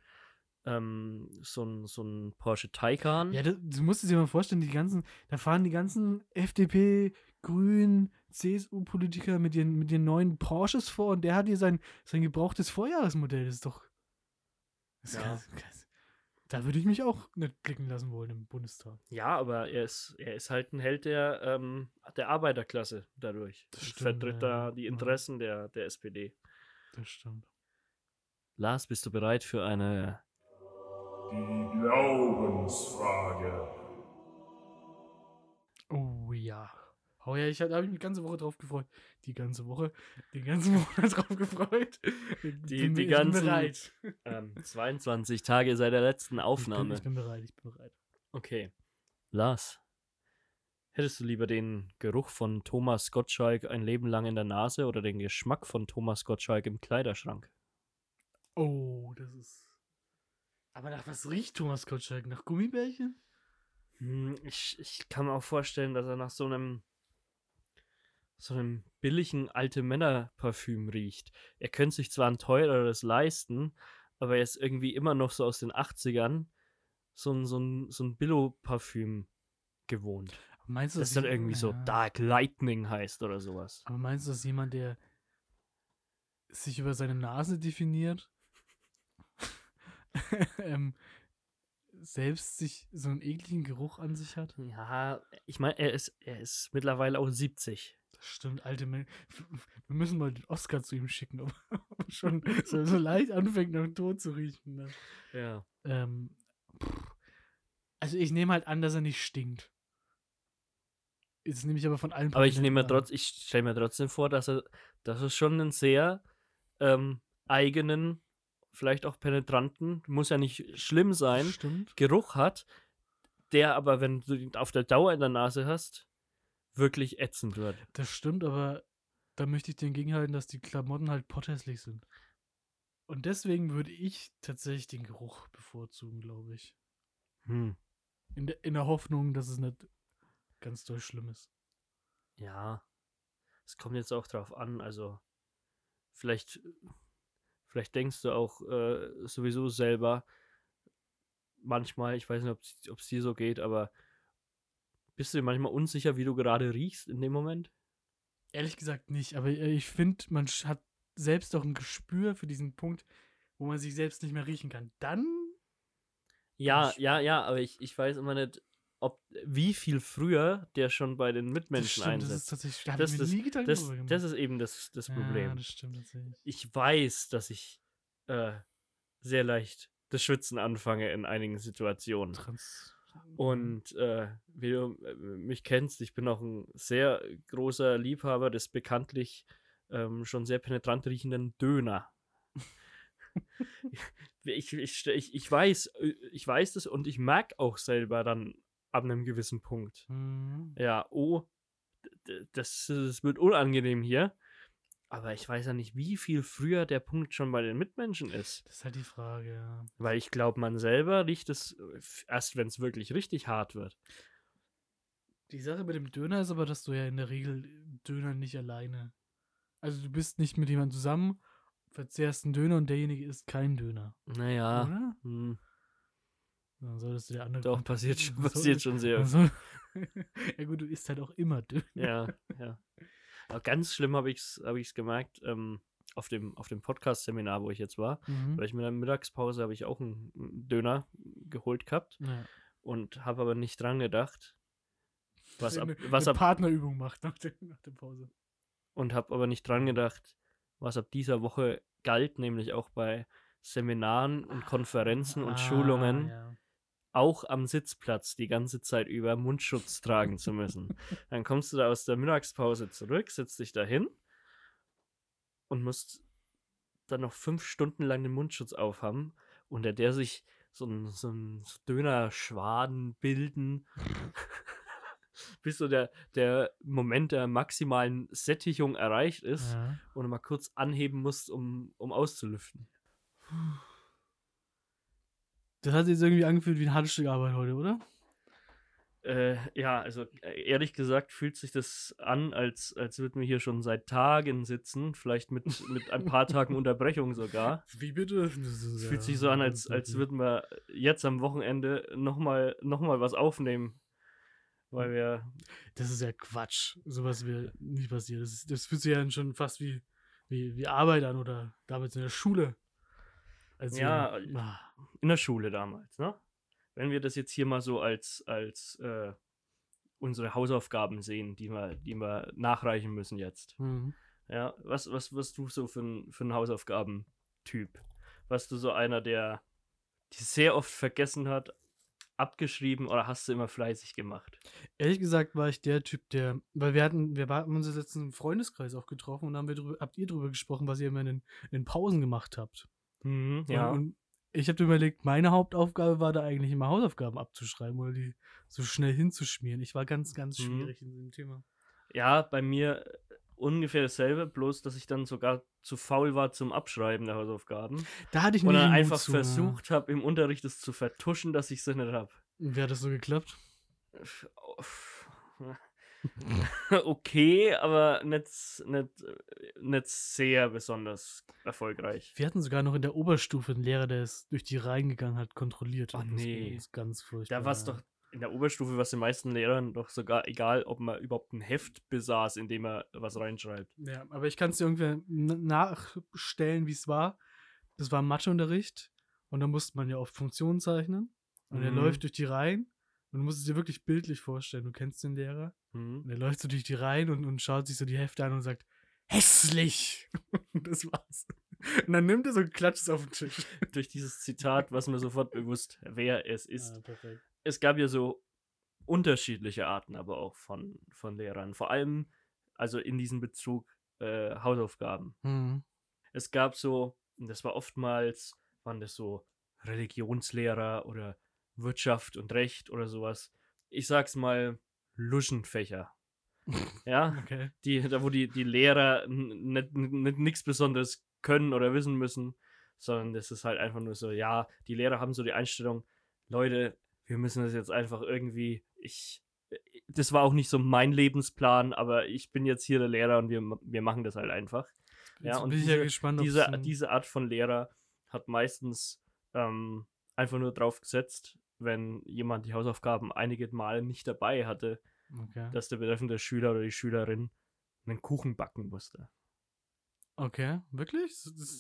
Porsche Taycan. Ja, du musst es dir mal vorstellen, da fahren die ganzen FDP, Grünen, CSU-Politiker mit den neuen Porsches vor und der hat hier sein gebrauchtes Vorjahresmodell. Das ist doch. Das ist Ja. krass. Da würde ich mich auch nicht klicken lassen wollen im Bundestag. Ja, aber er ist halt ein Held der Arbeiterklasse dadurch. Das stimmt, Vertritt ja. da die Interessen der SPD. Das stimmt. Lars, bist du bereit für eine... Die Glaubensfrage. Oh ja. Oh ja, da habe ich mich die ganze Woche drauf gefreut. Den ganzen Monat drauf gefreut. Die Ich bin ganzen bereit. 22 Tage seit der letzten Aufnahme. Ich bin bereit. Okay. Lars, hättest du lieber den Geruch von Thomas Gottschalk ein Leben lang in der Nase oder den Geschmack von Thomas Gottschalk im Kleiderschrank? Oh, das ist. Aber nach was riecht Thomas Gottschalk? Nach Gummibärchen? Ich kann mir auch vorstellen, dass er nach so einem billigen alte Männer-Parfüm riecht. Er könnte sich zwar ein teureres leisten, aber er ist irgendwie immer noch so aus den 80ern so ein Billo-Parfüm gewohnt. Meinst du, Das dann irgendwie so ja. Dark Lightning heißt oder sowas. Aber meinst du, dass jemand, der sich über seine Nase definiert, selbst sich so einen ekligen Geruch an sich hat? Ja, ich meine, er ist mittlerweile auch 70. Das stimmt, alte Menschen. Wir müssen mal den Oscar zu ihm schicken, ob er schon so leicht anfängt, nach dem Tod zu riechen. Ne? Ja. Also ich nehme halt an, dass er nicht stinkt. Jetzt nehme ich aber von allen Aber ich Prominenten an. stelle mir trotzdem vor, dass er schon einen sehr eigenen, vielleicht auch penetranten, muss ja nicht schlimm sein, Stimmt. Geruch hat, der aber, wenn du ihn auf der Dauer in der Nase hast, wirklich ätzend wird. Das stimmt, aber da möchte ich dir entgegenhalten, dass die Klamotten halt potthässlich sind. Und deswegen würde ich tatsächlich den Geruch bevorzugen, glaube ich. In der Hoffnung, dass es nicht ganz doll schlimm ist. Ja, es kommt jetzt auch drauf an, also vielleicht denkst du auch sowieso selber manchmal, ich weiß nicht, ob es dir so geht, aber bist du dir manchmal unsicher, wie du gerade riechst in dem Moment? Ehrlich gesagt nicht, aber ich finde, man hat selbst auch ein Gespür für diesen Punkt, wo man sich selbst nicht mehr riechen kann. Dann Ja, aber ich weiß immer nicht, wie viel früher der schon bei den Mitmenschen das ist einsetzt. tatsächlich, da habe ich mir nie Gedanken drüber gemacht. Das ist eben das Problem. Ja, das stimmt tatsächlich. Ich weiß, dass ich sehr leicht das Schwitzen anfange in einigen Situationen. Und wie du mich kennst, ich bin auch ein sehr großer Liebhaber des bekanntlich schon sehr penetrant riechenden Döner. Ich weiß das und ich merke auch selber dann ab einem gewissen Punkt. Ja, das wird unangenehm hier. Aber ich weiß ja nicht, wie viel früher der Punkt schon bei den Mitmenschen ist. Das ist halt die Frage, ja. Weil ich glaube, man selber riecht es erst, wenn es wirklich richtig hart wird. Die Sache mit dem Döner ist aber, dass du ja in der Regel Döner nicht alleine. Also du bist nicht mit jemandem zusammen, verzehrst einen Döner und derjenige isst keinen Döner. Naja. Oder? Dann solltest du der andere. Doch, passiert schon sehr. Ja gut, du isst halt auch immer Döner. Ja. Aber ganz schlimm habe ich's gemerkt, auf dem Podcast-Seminar, wo ich jetzt war. Weil ich mit der Mittagspause habe ich auch einen Döner geholt gehabt. Ja. Und habe aber nicht dran gedacht, was eine ab Partnerübung macht nach der Pause. Und habe aber nicht dran gedacht, was ab dieser Woche galt, nämlich auch bei Seminaren und Konferenzen und Schulungen, ja. auch am Sitzplatz die ganze Zeit über Mundschutz tragen zu müssen. Dann kommst du da aus der Mittagspause zurück, setzt dich da hin und musst dann noch 5 Stunden lang den Mundschutz aufhaben, unter der sich so ein Dönerschwaden bilden, bis so der Moment der maximalen Sättigung erreicht ist und du mal kurz anheben musst, um auszulüften. Das hat sich jetzt irgendwie angefühlt wie ein hartes Stück Arbeit heute, oder? Ja, also ehrlich gesagt fühlt sich das an, als würden wir hier schon seit Tagen sitzen, vielleicht mit ein paar Tagen Unterbrechung sogar. Wie bitte? Es fühlt sich so an, als würden wir jetzt am Wochenende noch mal was aufnehmen, weil wir... Das ist ja Quatsch. Sowas wird nie passieren. Das fühlt sich ja schon fast wie Arbeit an oder damals in der Schule. Also, Ja, in der Schule damals, ne? Wenn wir das jetzt hier mal so als unsere Hausaufgaben sehen, die wir nachreichen müssen jetzt. Mhm. Ja, was du so für ein Hausaufgabentyp? Warst du so einer, der die sehr oft vergessen hat, abgeschrieben oder hast du immer fleißig gemacht? Ehrlich gesagt war ich der Typ, weil wir haben uns jetzt im Freundeskreis auch getroffen und habt ihr drüber gesprochen, was ihr immer in den Pausen gemacht habt. Ja. Und ich habe überlegt, meine Hauptaufgabe war da eigentlich immer Hausaufgaben abzuschreiben oder die so schnell hinzuschmieren. Ich war ganz, ganz schwierig in diesem Thema. Ja, bei mir ungefähr dasselbe, bloß dass ich dann sogar zu faul war zum Abschreiben der Hausaufgaben. Da hatte ich nie Und dann den Mut einfach zu, versucht habe, im Unterricht es zu vertuschen, dass ich es nicht habe. Wie hat das so geklappt? Okay, aber nicht sehr besonders erfolgreich. Wir hatten sogar noch in der Oberstufe einen Lehrer, der ist durch die Reihen gegangen hat, kontrolliert. Oh, Und nee. Das ist ganz furchtbar. Da war es doch in der Oberstufe, was den meisten Lehrern doch sogar egal, ob man überhaupt ein Heft besaß, in dem er was reinschreibt. Ja, aber ich kann es dir irgendwie nachstellen, wie es war. Das war Matheunterricht und da musste man ja oft Funktionen zeichnen. Und er läuft durch die Reihen und du musst es dir wirklich bildlich vorstellen. Du kennst den Lehrer. Und er läuft so durch die Reihen und schaut sich so die Hefte an und sagt, hässlich! Und das war's. Und dann nimmt er so und klatscht es auf den Tisch. Durch dieses Zitat war es mir sofort bewusst, wer es ist. Ah, perfekt. Es gab ja so unterschiedliche Arten aber auch von Lehrern. Vor allem, also in diesem Bezug Hausaufgaben. Mhm. Es gab so, und das war oftmals, waren das so Religionslehrer oder Wirtschaft und Recht oder sowas. Ich sag's mal, Luschenfächer. Ja, Okay. wo die Lehrer nichts Besonderes können oder wissen müssen, sondern das ist halt einfach nur so, ja, die Lehrer haben so die Einstellung, Leute, wir müssen das jetzt einfach irgendwie, das war auch nicht so mein Lebensplan, aber ich bin jetzt hier der Lehrer und wir machen das halt einfach. Ja, Jetzt und bin ich ja gespannt, ob diese Art von Lehrer hat meistens einfach nur drauf gesetzt, wenn jemand die Hausaufgaben einige Male nicht dabei hatte, dass der betreffende Schüler oder die Schülerin einen Kuchen backen musste. Okay, wirklich?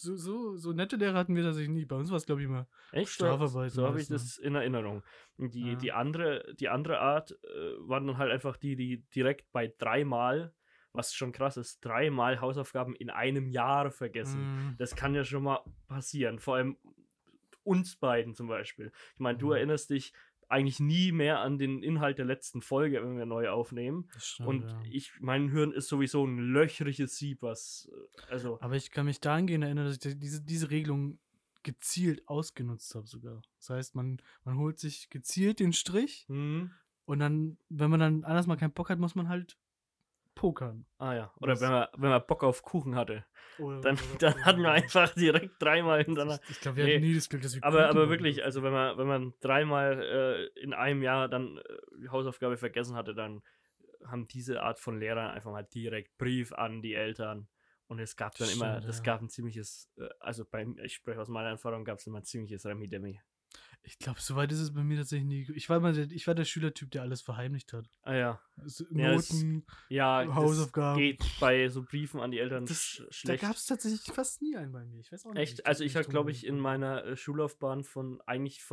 So nette Lehrer hatten wir tatsächlich nie. Bei uns war es, glaube ich, immer Echt? Strafarbeit. So habe ich das in Erinnerung. Und die andere Art waren dann halt einfach die direkt bei 3-mal, was schon krass ist, 3-mal Hausaufgaben in einem Jahr vergessen. Das kann ja schon mal passieren. Vor allem uns beiden zum Beispiel. Ich meine, du erinnerst dich eigentlich nie mehr an den Inhalt der letzten Folge, wenn wir neu aufnehmen. Stimmt, und ja. mein Hirn ist sowieso ein löchriges Sieb, Aber ich kann mich dahingehend erinnern, dass ich diese Regelung gezielt ausgenutzt habe sogar. Das heißt, man holt sich gezielt den Strich und dann, wenn man dann anders mal keinen Bock hat, muss man halt pokern. Ah ja, oder wenn man Bock auf Kuchen hatte. Dann Oder hatten wir einfach direkt 3-mal hintereinander. Ich glaube, wir hatten nie das Glück, dass wir Aber Kuchen wirklich, hatten. also wenn man 3-mal in einem Jahr dann die Hausaufgabe vergessen hatte, dann haben diese Art von Lehrern einfach mal direkt Brief an die Eltern. Und es gab dann gab ein ziemliches, ich spreche aus meiner Erfahrung, gab es immer ein ziemliches Remi-Demi. Ich glaube, soweit ist es bei mir tatsächlich nie. Ich war der Schülertyp, der alles verheimlicht hat. Ah ja. Also Ja, Noten, Ja, Hausaufgaben. das geht bei so Briefen an die Eltern Da schlecht. gab es tatsächlich fast nie einen bei mir. Ich weiß auch nicht. Echt? Also ich habe, glaube ich, in meiner Schullaufbahn von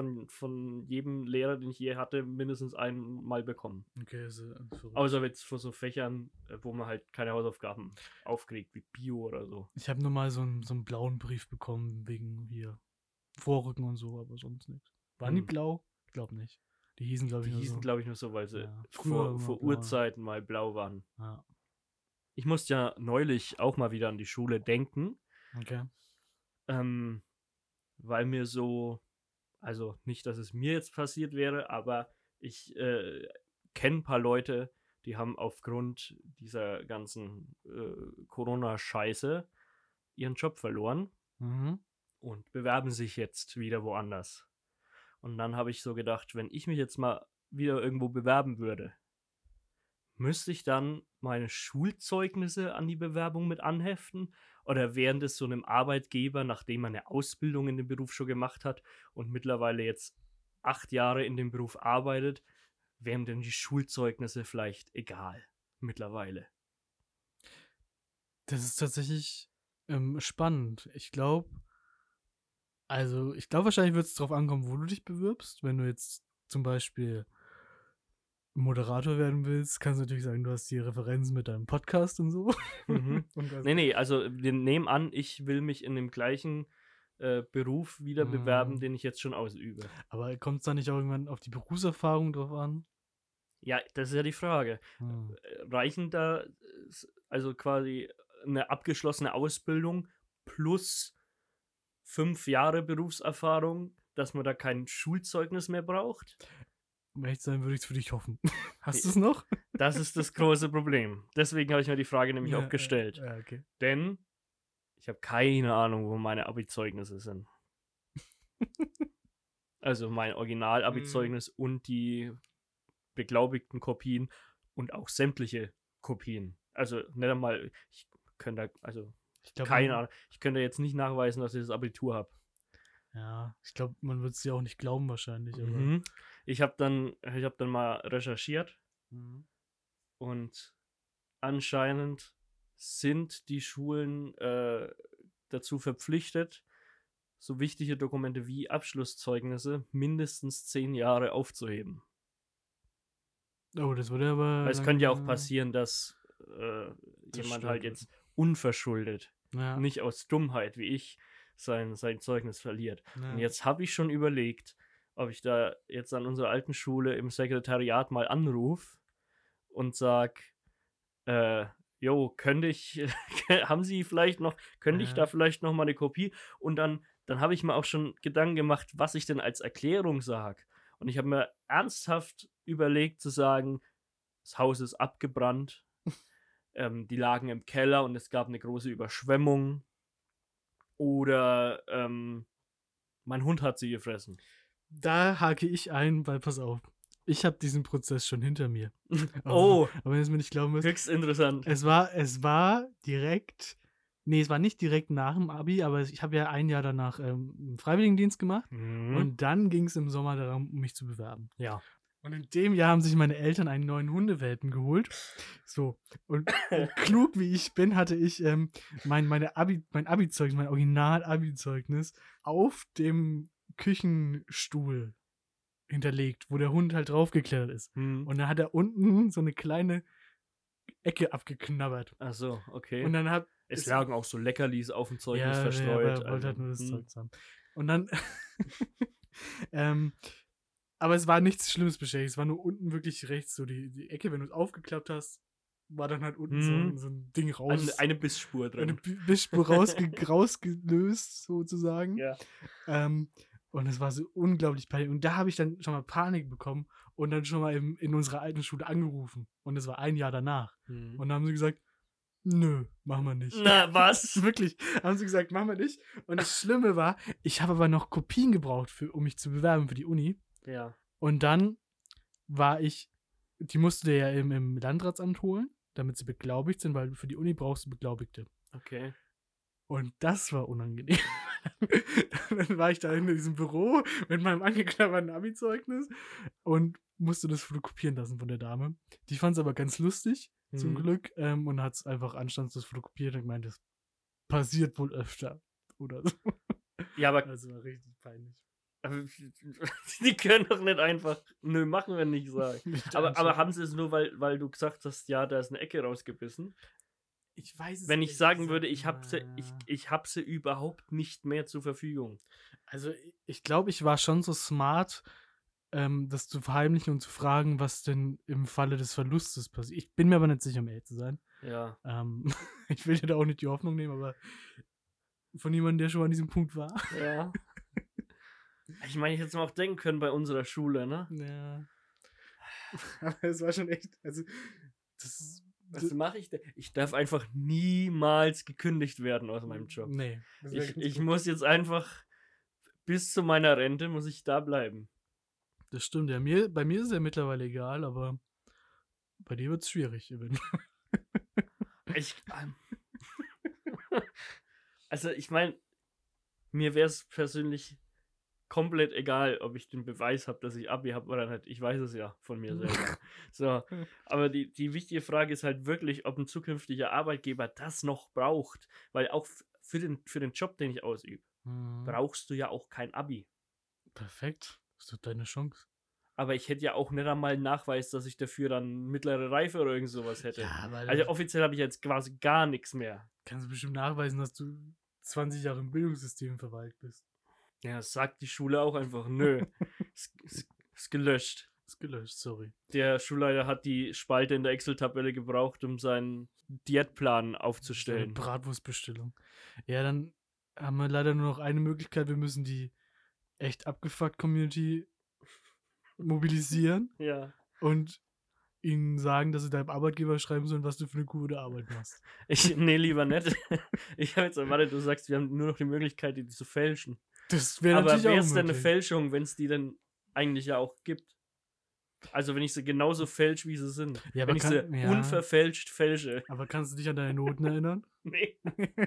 jedem Lehrer, den ich je hatte, mindestens einmal bekommen. Okay, also verrückt. Außer jetzt für so Fächern, wo man halt keine Hausaufgaben aufkriegt, wie Bio oder so. Ich habe nur mal so einen blauen Brief bekommen, wegen hier Vorrücken und so, aber sonst nichts. Waren die blau? Ich glaube nicht. Die hießen, glaube ich, Die nur hießen, so. glaube ich, nur so, weil sie Ja, früher immer vor blau. Urzeiten mal blau waren. Ja, Ich musste ja neulich auch mal wieder an die Schule denken, okay. weil mir so, also nicht, dass es mir jetzt passiert wäre, aber ich kenne ein paar Leute, die haben aufgrund dieser ganzen Corona-Scheiße ihren Job verloren Mhm. und bewerben sich jetzt wieder woanders. Und dann habe ich so gedacht, wenn ich mich jetzt mal wieder irgendwo bewerben würde, müsste ich dann meine Schulzeugnisse an die Bewerbung mit anheften? Oder während es so einem Arbeitgeber, nachdem man eine Ausbildung in dem Beruf schon gemacht hat und mittlerweile jetzt 8 Jahre in dem Beruf arbeitet, wären denn die Schulzeugnisse vielleicht egal mittlerweile? Das ist tatsächlich spannend. Ich glaube wahrscheinlich wird es darauf ankommen, wo du dich bewirbst. Wenn du jetzt zum Beispiel Moderator werden willst, kannst du natürlich sagen, du hast die Referenz mit deinem Podcast und so. Mhm. Und das- Nee, also wir nehmen an, ich will mich in dem gleichen Beruf wieder bewerben, den ich jetzt schon ausübe. Aber kommt es da nicht auch irgendwann auf die Berufserfahrung drauf an? Ja, das ist ja die Frage. Reichen da also quasi eine abgeschlossene Ausbildung plus 5 Jahre Berufserfahrung, dass man da kein Schulzeugnis mehr braucht? Um ehrlich zu sein, würde ich es für dich hoffen. Hast du es noch? Das ist das große Problem. Deswegen habe ich mir die Frage nämlich auch gestellt. Ja, okay. Denn ich habe keine Ahnung, wo meine Abi-Zeugnisse sind. Also mein Original-Abi-Zeugnis und die beglaubigten Kopien und auch sämtliche Kopien. Also nicht einmal, ich könnte keine Ahnung, ich könnte jetzt nicht nachweisen, dass ich das Abitur habe. Ja, ich glaube, man wird es dir auch nicht glauben wahrscheinlich. Aber Mhm. Ich habe dann mal recherchiert Mhm. und anscheinend sind die Schulen dazu verpflichtet, so wichtige Dokumente wie Abschlusszeugnisse mindestens 10 Jahre aufzuheben. Oh, das würde aber. Weil es dann, könnte ja auch passieren, dass jemand halt wird. jetzt unverschuldet, Ja, nicht aus Dummheit wie ich, sein Zeugnis verliert. ja. Und jetzt habe ich schon überlegt, ob ich da jetzt an unserer alten Schule im Sekretariat mal anrufe und sag, jo, könnte ich, haben Sie vielleicht noch, könnte ich Ja. da vielleicht noch mal eine Kopie? Und dann habe ich mir auch schon Gedanken gemacht, was ich denn als Erklärung sage. Und ich habe mir ernsthaft überlegt zu sagen, das Haus ist abgebrannt, die lagen im Keller und es gab eine große Überschwemmung. Oder mein Hund hat sie gefressen. Da hake ich ein, weil pass auf. Ich habe diesen Prozess schon hinter mir. Oh, Aber wenn ihr es mir nicht glauben müsst, höchst interessant. es war direkt. Nee, es war nicht direkt nach dem Abi, aber ich habe ja ein Jahr danach einen Freiwilligendienst gemacht. Mhm. Und dann ging es im Sommer darum, mich zu bewerben. Ja. Und in dem Jahr haben sich meine Eltern einen neuen Hundewelpen geholt. So. Und klug wie ich bin, hatte ich mein Abi-Zeugnis, mein Original-Abi-Zeugnis auf dem Küchenstuhl hinterlegt, wo der Hund halt draufgeklettert ist. Mhm. Und dann hat er unten so eine kleine Ecke abgeknabbert. Ach so, okay. Und dann es lagen auch so Leckerlis auf dem Zeugnis ja, verstreut. aber er wollte halt nur das hm. Zeug haben. Und dann aber es war nichts Schlimmes beschädigt. Es war nur unten wirklich rechts so die Ecke, wenn du es aufgeklappt hast, war dann halt unten so ein Ding raus. Eine Bissspur drin. Eine Bissspur rausgelöst, sozusagen. Ja. Und es war so unglaublich peinlich. Und da habe ich dann schon mal Panik bekommen und dann schon mal in unserer alten Schule angerufen. Und es war ein Jahr danach. Mhm. Und dann haben sie gesagt, nö, machen wir nicht. Na, was? Wirklich, haben sie gesagt, machen wir nicht. Und das Schlimme war, ich habe aber noch Kopien gebraucht, um mich zu bewerben für die Uni. Ja. Und dann die musst du dir ja im Landratsamt holen, damit sie beglaubigt sind, weil für die Uni brauchst du Beglaubigte. Okay. Und das war unangenehm. Dann war ich da in diesem Büro mit meinem angeklapperten Abi-Zeugnis und musste das fotokopieren lassen von der Dame. Die fand es aber ganz lustig, zum Glück, und hat es einfach anstandslos fotokopiert und gemeint, das passiert wohl öfter. Oder so. Ja, aber Das war richtig peinlich. die können doch nicht einfach, nö, machen wir nicht sagen. Nicht Aber anscheinend. haben sie es nur, weil du gesagt hast, ja, da ist eine Ecke rausgebissen? Ich weiß es Wenn ich ehrlich sagen gesagt würde, ich habe sie, nicht. ich hab sie überhaupt nicht mehr zur Verfügung. Also ich glaube, ich war schon so smart, das zu verheimlichen und zu fragen, was denn im Falle des Verlustes passiert. Ich bin mir aber nicht sicher, um ehrlich zu sein. Ja. Ich will dir da auch nicht die Hoffnung nehmen, aber von jemandem, der schon an diesem Punkt war. Ja. Ich meine, ich hätte es mir auch denken können bei unserer Schule, ne? Ja. Aber es war schon echt, also Was mache ich denn? Ich darf einfach niemals gekündigt werden aus meinem Job. Nee. das wär ganz Ich gut. muss jetzt einfach bis zu meiner Rente muss ich da bleiben. Das stimmt, ja. Bei mir ist es ja mittlerweile egal, aber bei dir wird es schwierig. Ich, also ich meine, mir wäre es persönlich komplett egal, ob ich den Beweis habe, dass ich Abi habe oder nicht. Ich weiß es ja von mir selber. So, aber die wichtige Frage ist halt wirklich, ob ein zukünftiger Arbeitgeber das noch braucht. Weil auch für den Job, den ich ausübe, brauchst du ja auch kein Abi. Perfekt. Das ist doch deine Chance. Aber ich hätte ja auch nicht einmal einen Nachweis, dass ich dafür dann mittlere Reife oder irgend sowas hätte. Ja, aber Also offiziell habe ich jetzt quasi gar nichts mehr. kannst du bestimmt nachweisen, dass du 20 Jahre im Bildungssystem verweilt bist. Ja, das sagt die Schule auch einfach, nö. Ist gelöscht. Ist gelöscht, sorry. Der Schulleiter hat die Spalte in der Excel-Tabelle gebraucht, um seinen Diätplan Eine aufzustellen. Bratwurstbestellung. Ja, dann haben wir leider nur noch eine Möglichkeit. Wir müssen die echt abgefuckt Community mobilisieren Ja. und ihnen sagen, dass sie deinem Arbeitgeber schreiben sollen, was du für eine gute Arbeit machst. Nee, lieber nicht. Ich habe jetzt erwartet, du sagst, wir haben nur noch die Möglichkeit, die zu fälschen. Das wäre Aber natürlich wäre auch es denn eine möglich. Fälschung, wenn es die denn eigentlich ja auch gibt? Also wenn ich sie genauso fälsche, wie sie sind. Ja, aber wenn ich sie ja. unverfälscht fälsche. Aber kannst du dich an deine Noten erinnern? Nee.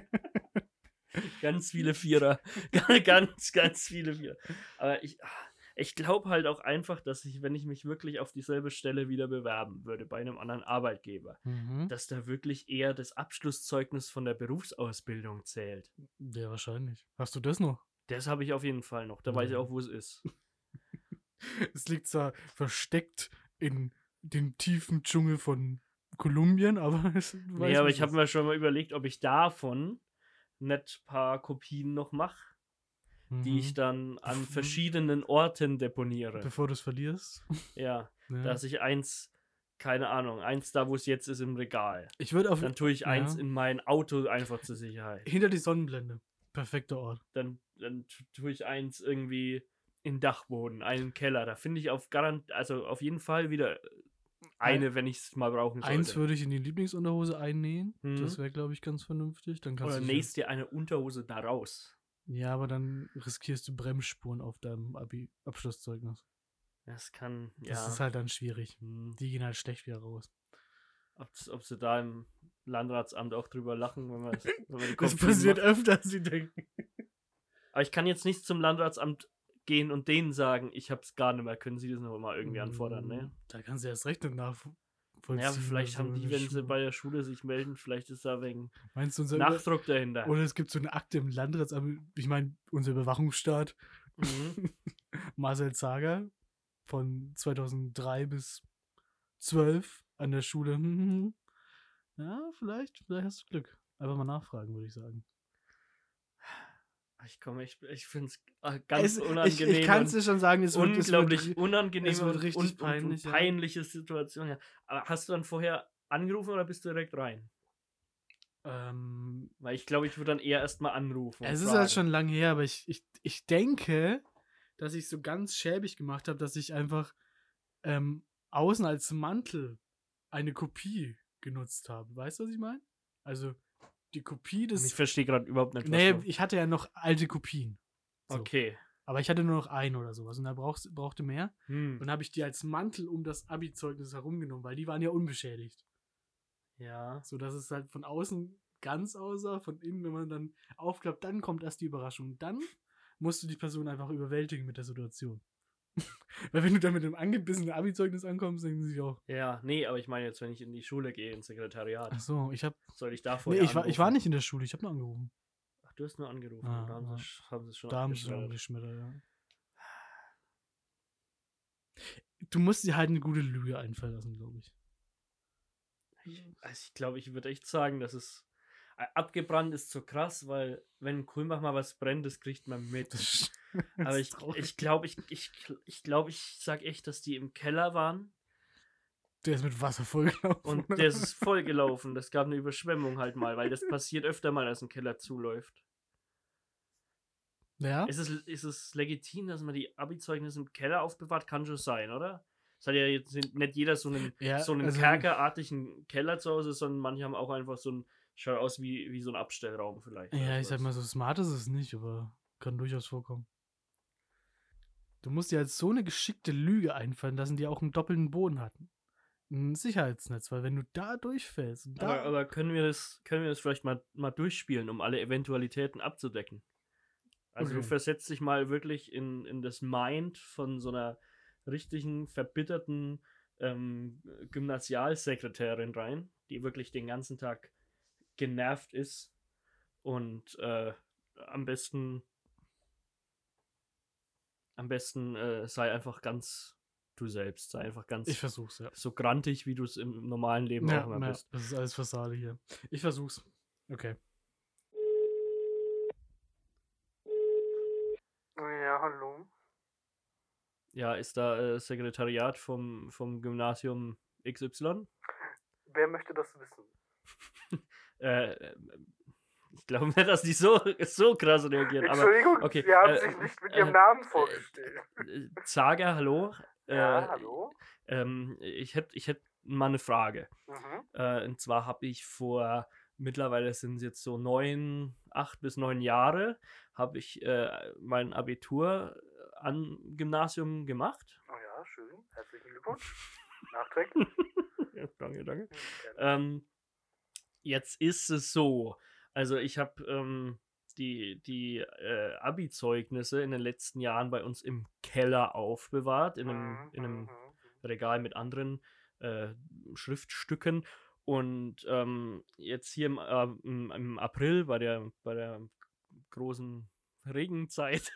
Ganz viele Vierer. Ganz viele Vierer. Aber ich glaube halt auch einfach, dass wenn ich mich wirklich auf dieselbe Stelle wieder bewerben würde bei einem anderen Arbeitgeber, dass da wirklich eher das Abschlusszeugnis von der Berufsausbildung zählt. Ja, wahrscheinlich. Hast du das noch? Das habe ich auf jeden Fall noch. Da weiß ich auch, wo es ist. Es liegt zwar versteckt in dem tiefen Dschungel von Kolumbien, aber Nee, aber ich habe mir schon mal überlegt, ob ich davon nicht ein paar Kopien noch mache, die ich dann an verschiedenen Orten deponiere. Bevor du es verlierst. Ja, Ja. dass ich eins, keine Ahnung, eins da, wo es jetzt ist, im Regal. Ich würde auf Dann tue ich eins in mein Auto einfach zur Sicherheit. hinter die Sonnenblende. Perfekter Ort. Dann tue ich eins irgendwie in Dachboden, einen Keller. Da finde ich auf jeden Fall wieder eine, wenn ich es mal brauchen sollte. Eins würde ich in die Lieblingsunterhose einnähen. Mhm. Das wäre, glaube ich, ganz vernünftig. Dann kannst Oder du nähst dir eine Unterhose da raus. ja, aber dann riskierst du Bremsspuren auf deinem Abschlusszeugnis. Das kann, Das ja. ist halt dann schwierig. Hm. Die gehen halt schlecht wieder raus. Ob sie da im Landratsamt auch drüber lachen, wenn man die Das Kopien passiert macht. öfter, als sie denken. Aber ich kann jetzt nicht zum Landratsamt gehen und denen sagen, ich hab's gar nicht mehr. Können sie das noch mal irgendwie anfordern, ne? Da kannst du erst recht nicht nachvollziehen. Ja, vielleicht oder haben so die, in der wenn sie Schule. bei der Schule sich melden, vielleicht ist da wegen Meinst du, Nachdruck dahinter. oder es gibt so eine Akte im Landratsamt, ich meine, unser Überwachungsstaat, Mhm. Marcel Zager von 2003 bis 12 an der Schule. Ja, vielleicht hast du Glück. Einfach mal nachfragen, würde ich sagen. Ich finde es ganz unangenehm. Ich kann es dir schon sagen, es wird unglaublich unangenehm es wird richtig und peinlich, ja. peinliche Situation. Ja. Aber hast du dann vorher angerufen oder bist du direkt rein? Weil ich glaube, ich würde dann eher erstmal anrufen. und Es ist fragen. halt schon lange her, aber ich denke, dass ich so ganz schäbig gemacht habe, dass ich einfach außen als Mantel eine Kopie genutzt habe. Weißt du, was ich meine? Also die Kopie des... Ich verstehe gerade überhaupt nicht, was Nee, du- ich hatte ja noch alte Kopien. So. Okay. Aber ich hatte nur noch einen oder sowas und da brauchte mehr. Hm. Und habe ich die als Mantel um das Abi-Zeugnis herumgenommen, weil die waren ja unbeschädigt. Ja. So dass es halt von außen ganz aussah, von innen, wenn man dann aufklappt, dann kommt erst die Überraschung. Dann musst du die Person einfach überwältigen mit der Situation. Weil wenn du dann mit einem angebissenen Abi-Zeugnis ankommst, denken sie sich auch, Ja, nee, aber ich meine jetzt, wenn ich in die Schule gehe, ins Sekretariat, ach so, ich soll ich da nee, vorher ich war nicht in der Schule, ich habe nur angerufen. Ach, du hast nur angerufen. Ah, da haben ah. sie es schon Da haben sie schon abgeschmettert. geschmettert, ja. Du musst dir halt eine gute Lüge einfallen lassen, glaube ich. Ich glaube, ich würde echt sagen, dass es abgebrannt ist so krass, weil wenn Kulmbach mal was brennt, das kriegt man mit. Aber ich glaube, ich sag echt, dass die im Keller waren Der ist mit Wasser vollgelaufen. und der ist vollgelaufen. Das gab eine Überschwemmung halt mal, weil das passiert öfter mal, dass ein Keller zuläuft. ja? Ist es legitim, dass man die Abi-Zeugnisse im Keller aufbewahrt? Kann schon sein, oder? Es hat ja jetzt nicht jeder so einen Also- kerkerartigen Keller zu Hause, sondern manche haben auch einfach so einen, schaut aus wie so ein Abstellraum vielleicht. Ja, oder ich sag sowas. mal, so smart ist es nicht, aber kann durchaus vorkommen. Du musst dir halt so eine geschickte Lüge einfallen lassen, die auch einen doppelten Boden hatten. Ein Sicherheitsnetz, weil wenn du da durchfällst und da. Aber können wir das vielleicht mal durchspielen, um alle Eventualitäten abzudecken? Also du Okay. versetzt dich mal wirklich in das Mind von so einer richtigen, verbitterten Gymnasialsekretärin rein, die wirklich den ganzen Tag genervt ist und am besten sei einfach ganz du selbst, sei einfach ganz Ich versuch's, ja. so grantig, wie du es im normalen Leben auch immer bist. Das ist alles Fassade hier. Ich versuch's. Okay. Ja, hallo. Ja, ist da Sekretariat vom Gymnasium XY? Wer möchte das wissen? Ich glaube nicht, dass die so krass reagieren. Entschuldigung, aber, okay, Sie haben sich nicht mit Ihrem Namen vorgestellt. Zager, hallo? Ja, hallo? Ich hätt mal eine Frage. Mhm. Und zwar habe ich mittlerweile sind es jetzt so 8 bis 9 Jahre, habe ich mein Abitur am Gymnasium gemacht. Oh ja, schön. Herzlichen Glückwunsch. Nachträglich. Ja, danke. Gerne. Jetzt ist es so, also ich habe die Abi-Zeugnisse in den letzten Jahren bei uns im Keller aufbewahrt, in einem Regal mit anderen Schriftstücken. Und jetzt hier im April bei der großen Regenzeit.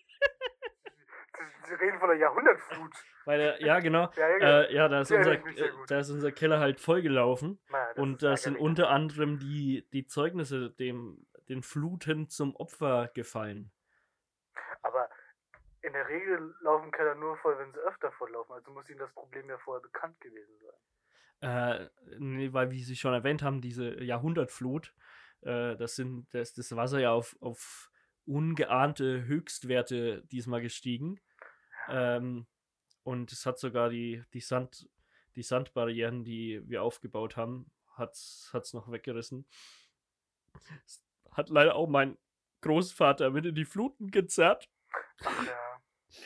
Sie reden von der Jahrhundertflut. Ja, genau. Ja, da ist unser Keller halt vollgelaufen. Und da sind unter anderem die Zeugnisse den Fluten zum Opfer gefallen. Aber in der Regel laufen Keller nur voll, wenn sie öfter volllaufen. Also muss Ihnen das Problem ja vorher bekannt gewesen sein. Nee, weil, wie Sie schon erwähnt haben, diese Jahrhundertflut, das ist Wasser ja auf ungeahnte Höchstwerte diesmal gestiegen. Und es hat sogar die Sandbarrieren, die wir aufgebaut haben, hat's noch weggerissen. Es hat leider auch mein Großvater mit in die Fluten gezerrt. Ach ja.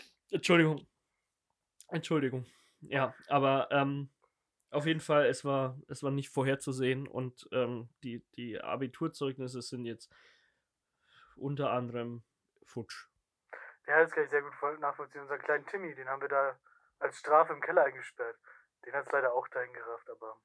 Entschuldigung. Ja, aber auf jeden Fall, es war nicht vorherzusehen und die Abiturzeugnisse sind jetzt unter anderem futsch. Ja, das kann ich sehr gut nachvollziehen. Unser kleinen Timmy, den haben wir da als Strafe im Keller eingesperrt. Den hat es leider auch dahin gerafft, aber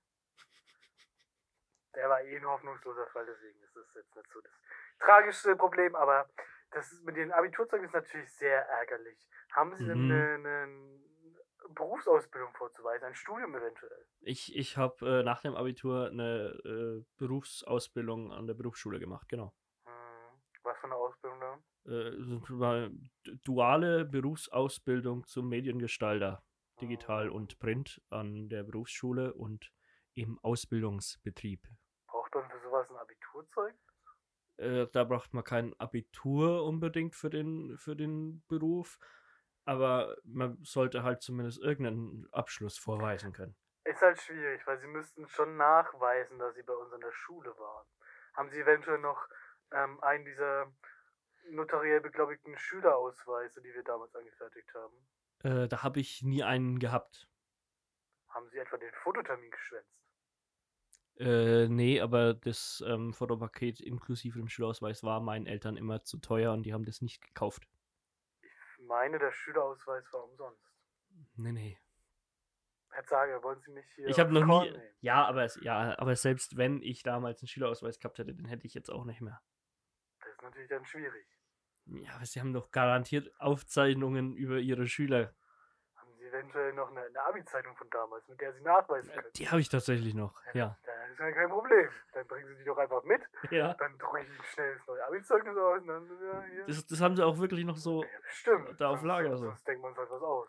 der war eh ein hoffnungsloser Fall, deswegen ist das jetzt nicht so das tragischste Problem, aber das ist mit den Abiturzeugnissen natürlich sehr ärgerlich. Haben Sie denn eine Berufsausbildung vorzuweisen, ein Studium eventuell? Ich habe nach dem Abitur eine Berufsausbildung an der Berufsschule gemacht, genau. Was für eine Ausbildung da? War duale Berufsausbildung zum Mediengestalter, digital und print an der Berufsschule und im Ausbildungsbetrieb. Braucht man für sowas ein Abiturzeug? Da braucht man kein Abitur unbedingt für den Beruf, aber man sollte halt zumindest irgendeinen Abschluss vorweisen können. Ist halt schwierig, weil Sie müssten schon nachweisen, dass Sie bei uns in der Schule waren. Haben Sie eventuell noch einen dieser notariell beglaubigten Schülerausweise, die wir damals angefertigt haben? Da habe ich nie einen gehabt. Haben Sie etwa den Fototermin geschwänzt? Nee, aber das Fotopaket inklusive dem Schülerausweis war meinen Eltern immer zu teuer und die haben das nicht gekauft. Ich meine, der Schülerausweis war umsonst. Nee. Herr Zager, wollen Sie mich hier Ich habe noch nie. nehmen? Ja, aber selbst wenn ich damals einen Schülerausweis gehabt hätte, den hätte ich jetzt auch nicht mehr. Das ist natürlich dann schwierig. Ja, aber Sie haben doch garantiert Aufzeichnungen über Ihre Schüler. Haben Sie eventuell noch eine Abi-Zeitung von damals, mit der Sie nachweisen können? Die habe ich tatsächlich noch, ja. Dann ist ja kein Problem. Dann bringen Sie die doch einfach mit. Ja. Dann drucke ich Ihnen schnell das neue Abi-Zeugnis aus und dann hier. Das haben Sie auch wirklich noch so Ja, bestimmt. da auf Lager. So. Sonst denken wir uns halt was aus.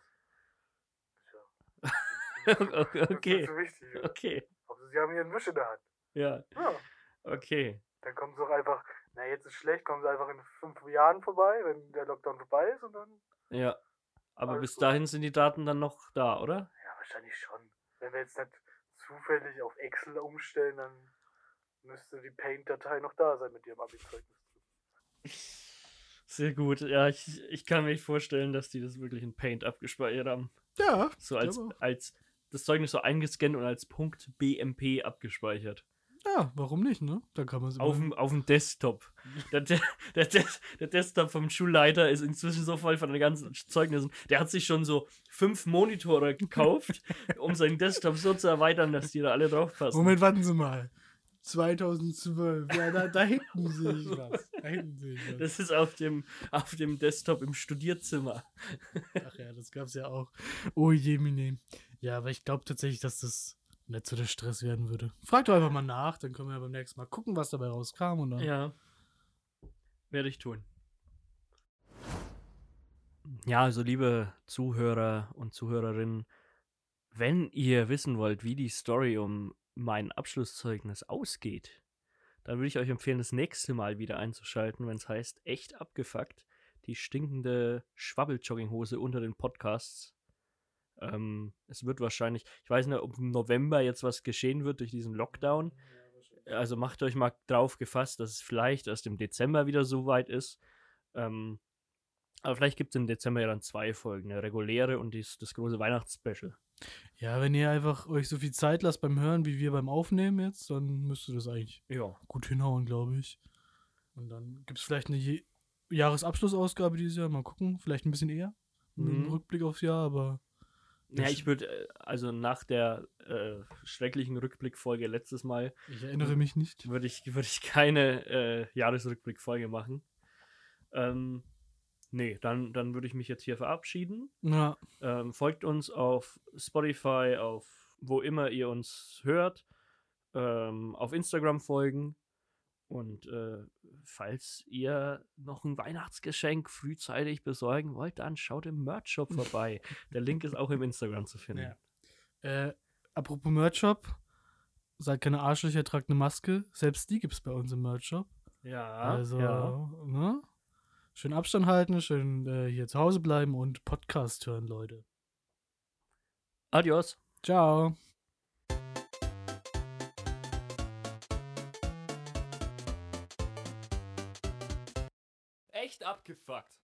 Okay. Das ist so wichtig. Ja. Okay. Also Sie haben hier einen Wisch in der Hand. Ja. Ja. Okay. Dann kommen Sie doch einfach, na jetzt ist schlecht, kommen Sie einfach in 5 Jahren vorbei, wenn der Lockdown vorbei ist und dann. Ja. Aber Alles bis gut. dahin sind die Daten dann noch da, oder? Ja, wahrscheinlich schon. Wenn wir jetzt nicht zufällig auf Excel umstellen, dann müsste die Paint-Datei noch da sein mit Ihrem Abi-Zeugnis. Sehr gut. Ja, ich kann mir nicht vorstellen, dass die das wirklich in Paint abgespeichert haben. Ja. So ich glaube auch. als das Zeugnis so eingescannt und als .bmp abgespeichert. Ja, warum nicht, ne? Da kann man es Auf dem Desktop. Der Desktop vom Schulleiter ist inzwischen so voll von den ganzen Zeugnissen. Der hat sich schon so 5 Monitore gekauft, um seinen Desktop so zu erweitern, dass die da alle drauf passen. Moment, warten Sie mal. 2012. Ja, da hinten sehe ich was. Da hinten sehe ich was. Das ist auf dem Desktop im Studierzimmer. Ach ja, das gab's ja auch. Oh Jemine. Ja, aber ich glaube tatsächlich, dass das nicht so der Stress werden würde. Frag doch einfach mal nach, dann können wir ja beim nächsten Mal gucken, was dabei rauskam. Und dann Ja. Werde ich tun. Ja, also liebe Zuhörer und Zuhörerinnen, wenn ihr wissen wollt, wie die Story um mein Abschlusszeugnis ausgeht, dann würde ich euch empfehlen, das nächste Mal wieder einzuschalten, wenn es heißt, echt abgefuckt, die stinkende Schwabbel-Jogginghose unter den Podcasts. Es wird wahrscheinlich, ich weiß nicht, ob im November jetzt was geschehen wird durch diesen Lockdown. Also macht euch mal drauf gefasst, dass es vielleicht erst im Dezember wieder so weit ist. Aber vielleicht gibt es im Dezember ja dann 2 Folgen, eine reguläre und das große Weihnachtsspecial. Ja, wenn ihr einfach euch so viel Zeit lasst beim Hören, wie wir beim Aufnehmen jetzt, dann müsste das eigentlich Ja. gut hinhauen, glaube ich. Und dann gibt es vielleicht eine Jahresabschlussausgabe dieses Jahr. Mal gucken, vielleicht ein bisschen eher. Mit einem Rückblick aufs Jahr, aber. Ja, ich würde, also nach der schrecklichen Rückblickfolge letztes Mal, Ich erinnere mich nicht. würde ich keine Jahresrückblickfolge machen. Nee, dann würde ich mich jetzt hier verabschieden. Ja, Folgt uns auf Spotify, auf wo immer ihr uns hört. Auf Instagram folgen. Und falls ihr noch ein Weihnachtsgeschenk frühzeitig besorgen wollt, dann schaut im Merch-Shop vorbei. Der Link ist auch im Instagram zu finden. ja. Apropos Merch-Shop, seid keine Arschlöcher, tragt eine Maske. Selbst die gibt's bei uns im Merch-Shop. Ja, Also, ja. ne? Schön Abstand halten, schön hier zu Hause bleiben und Podcast hören, Leute. Adios. Ciao. Echt abgefuckt.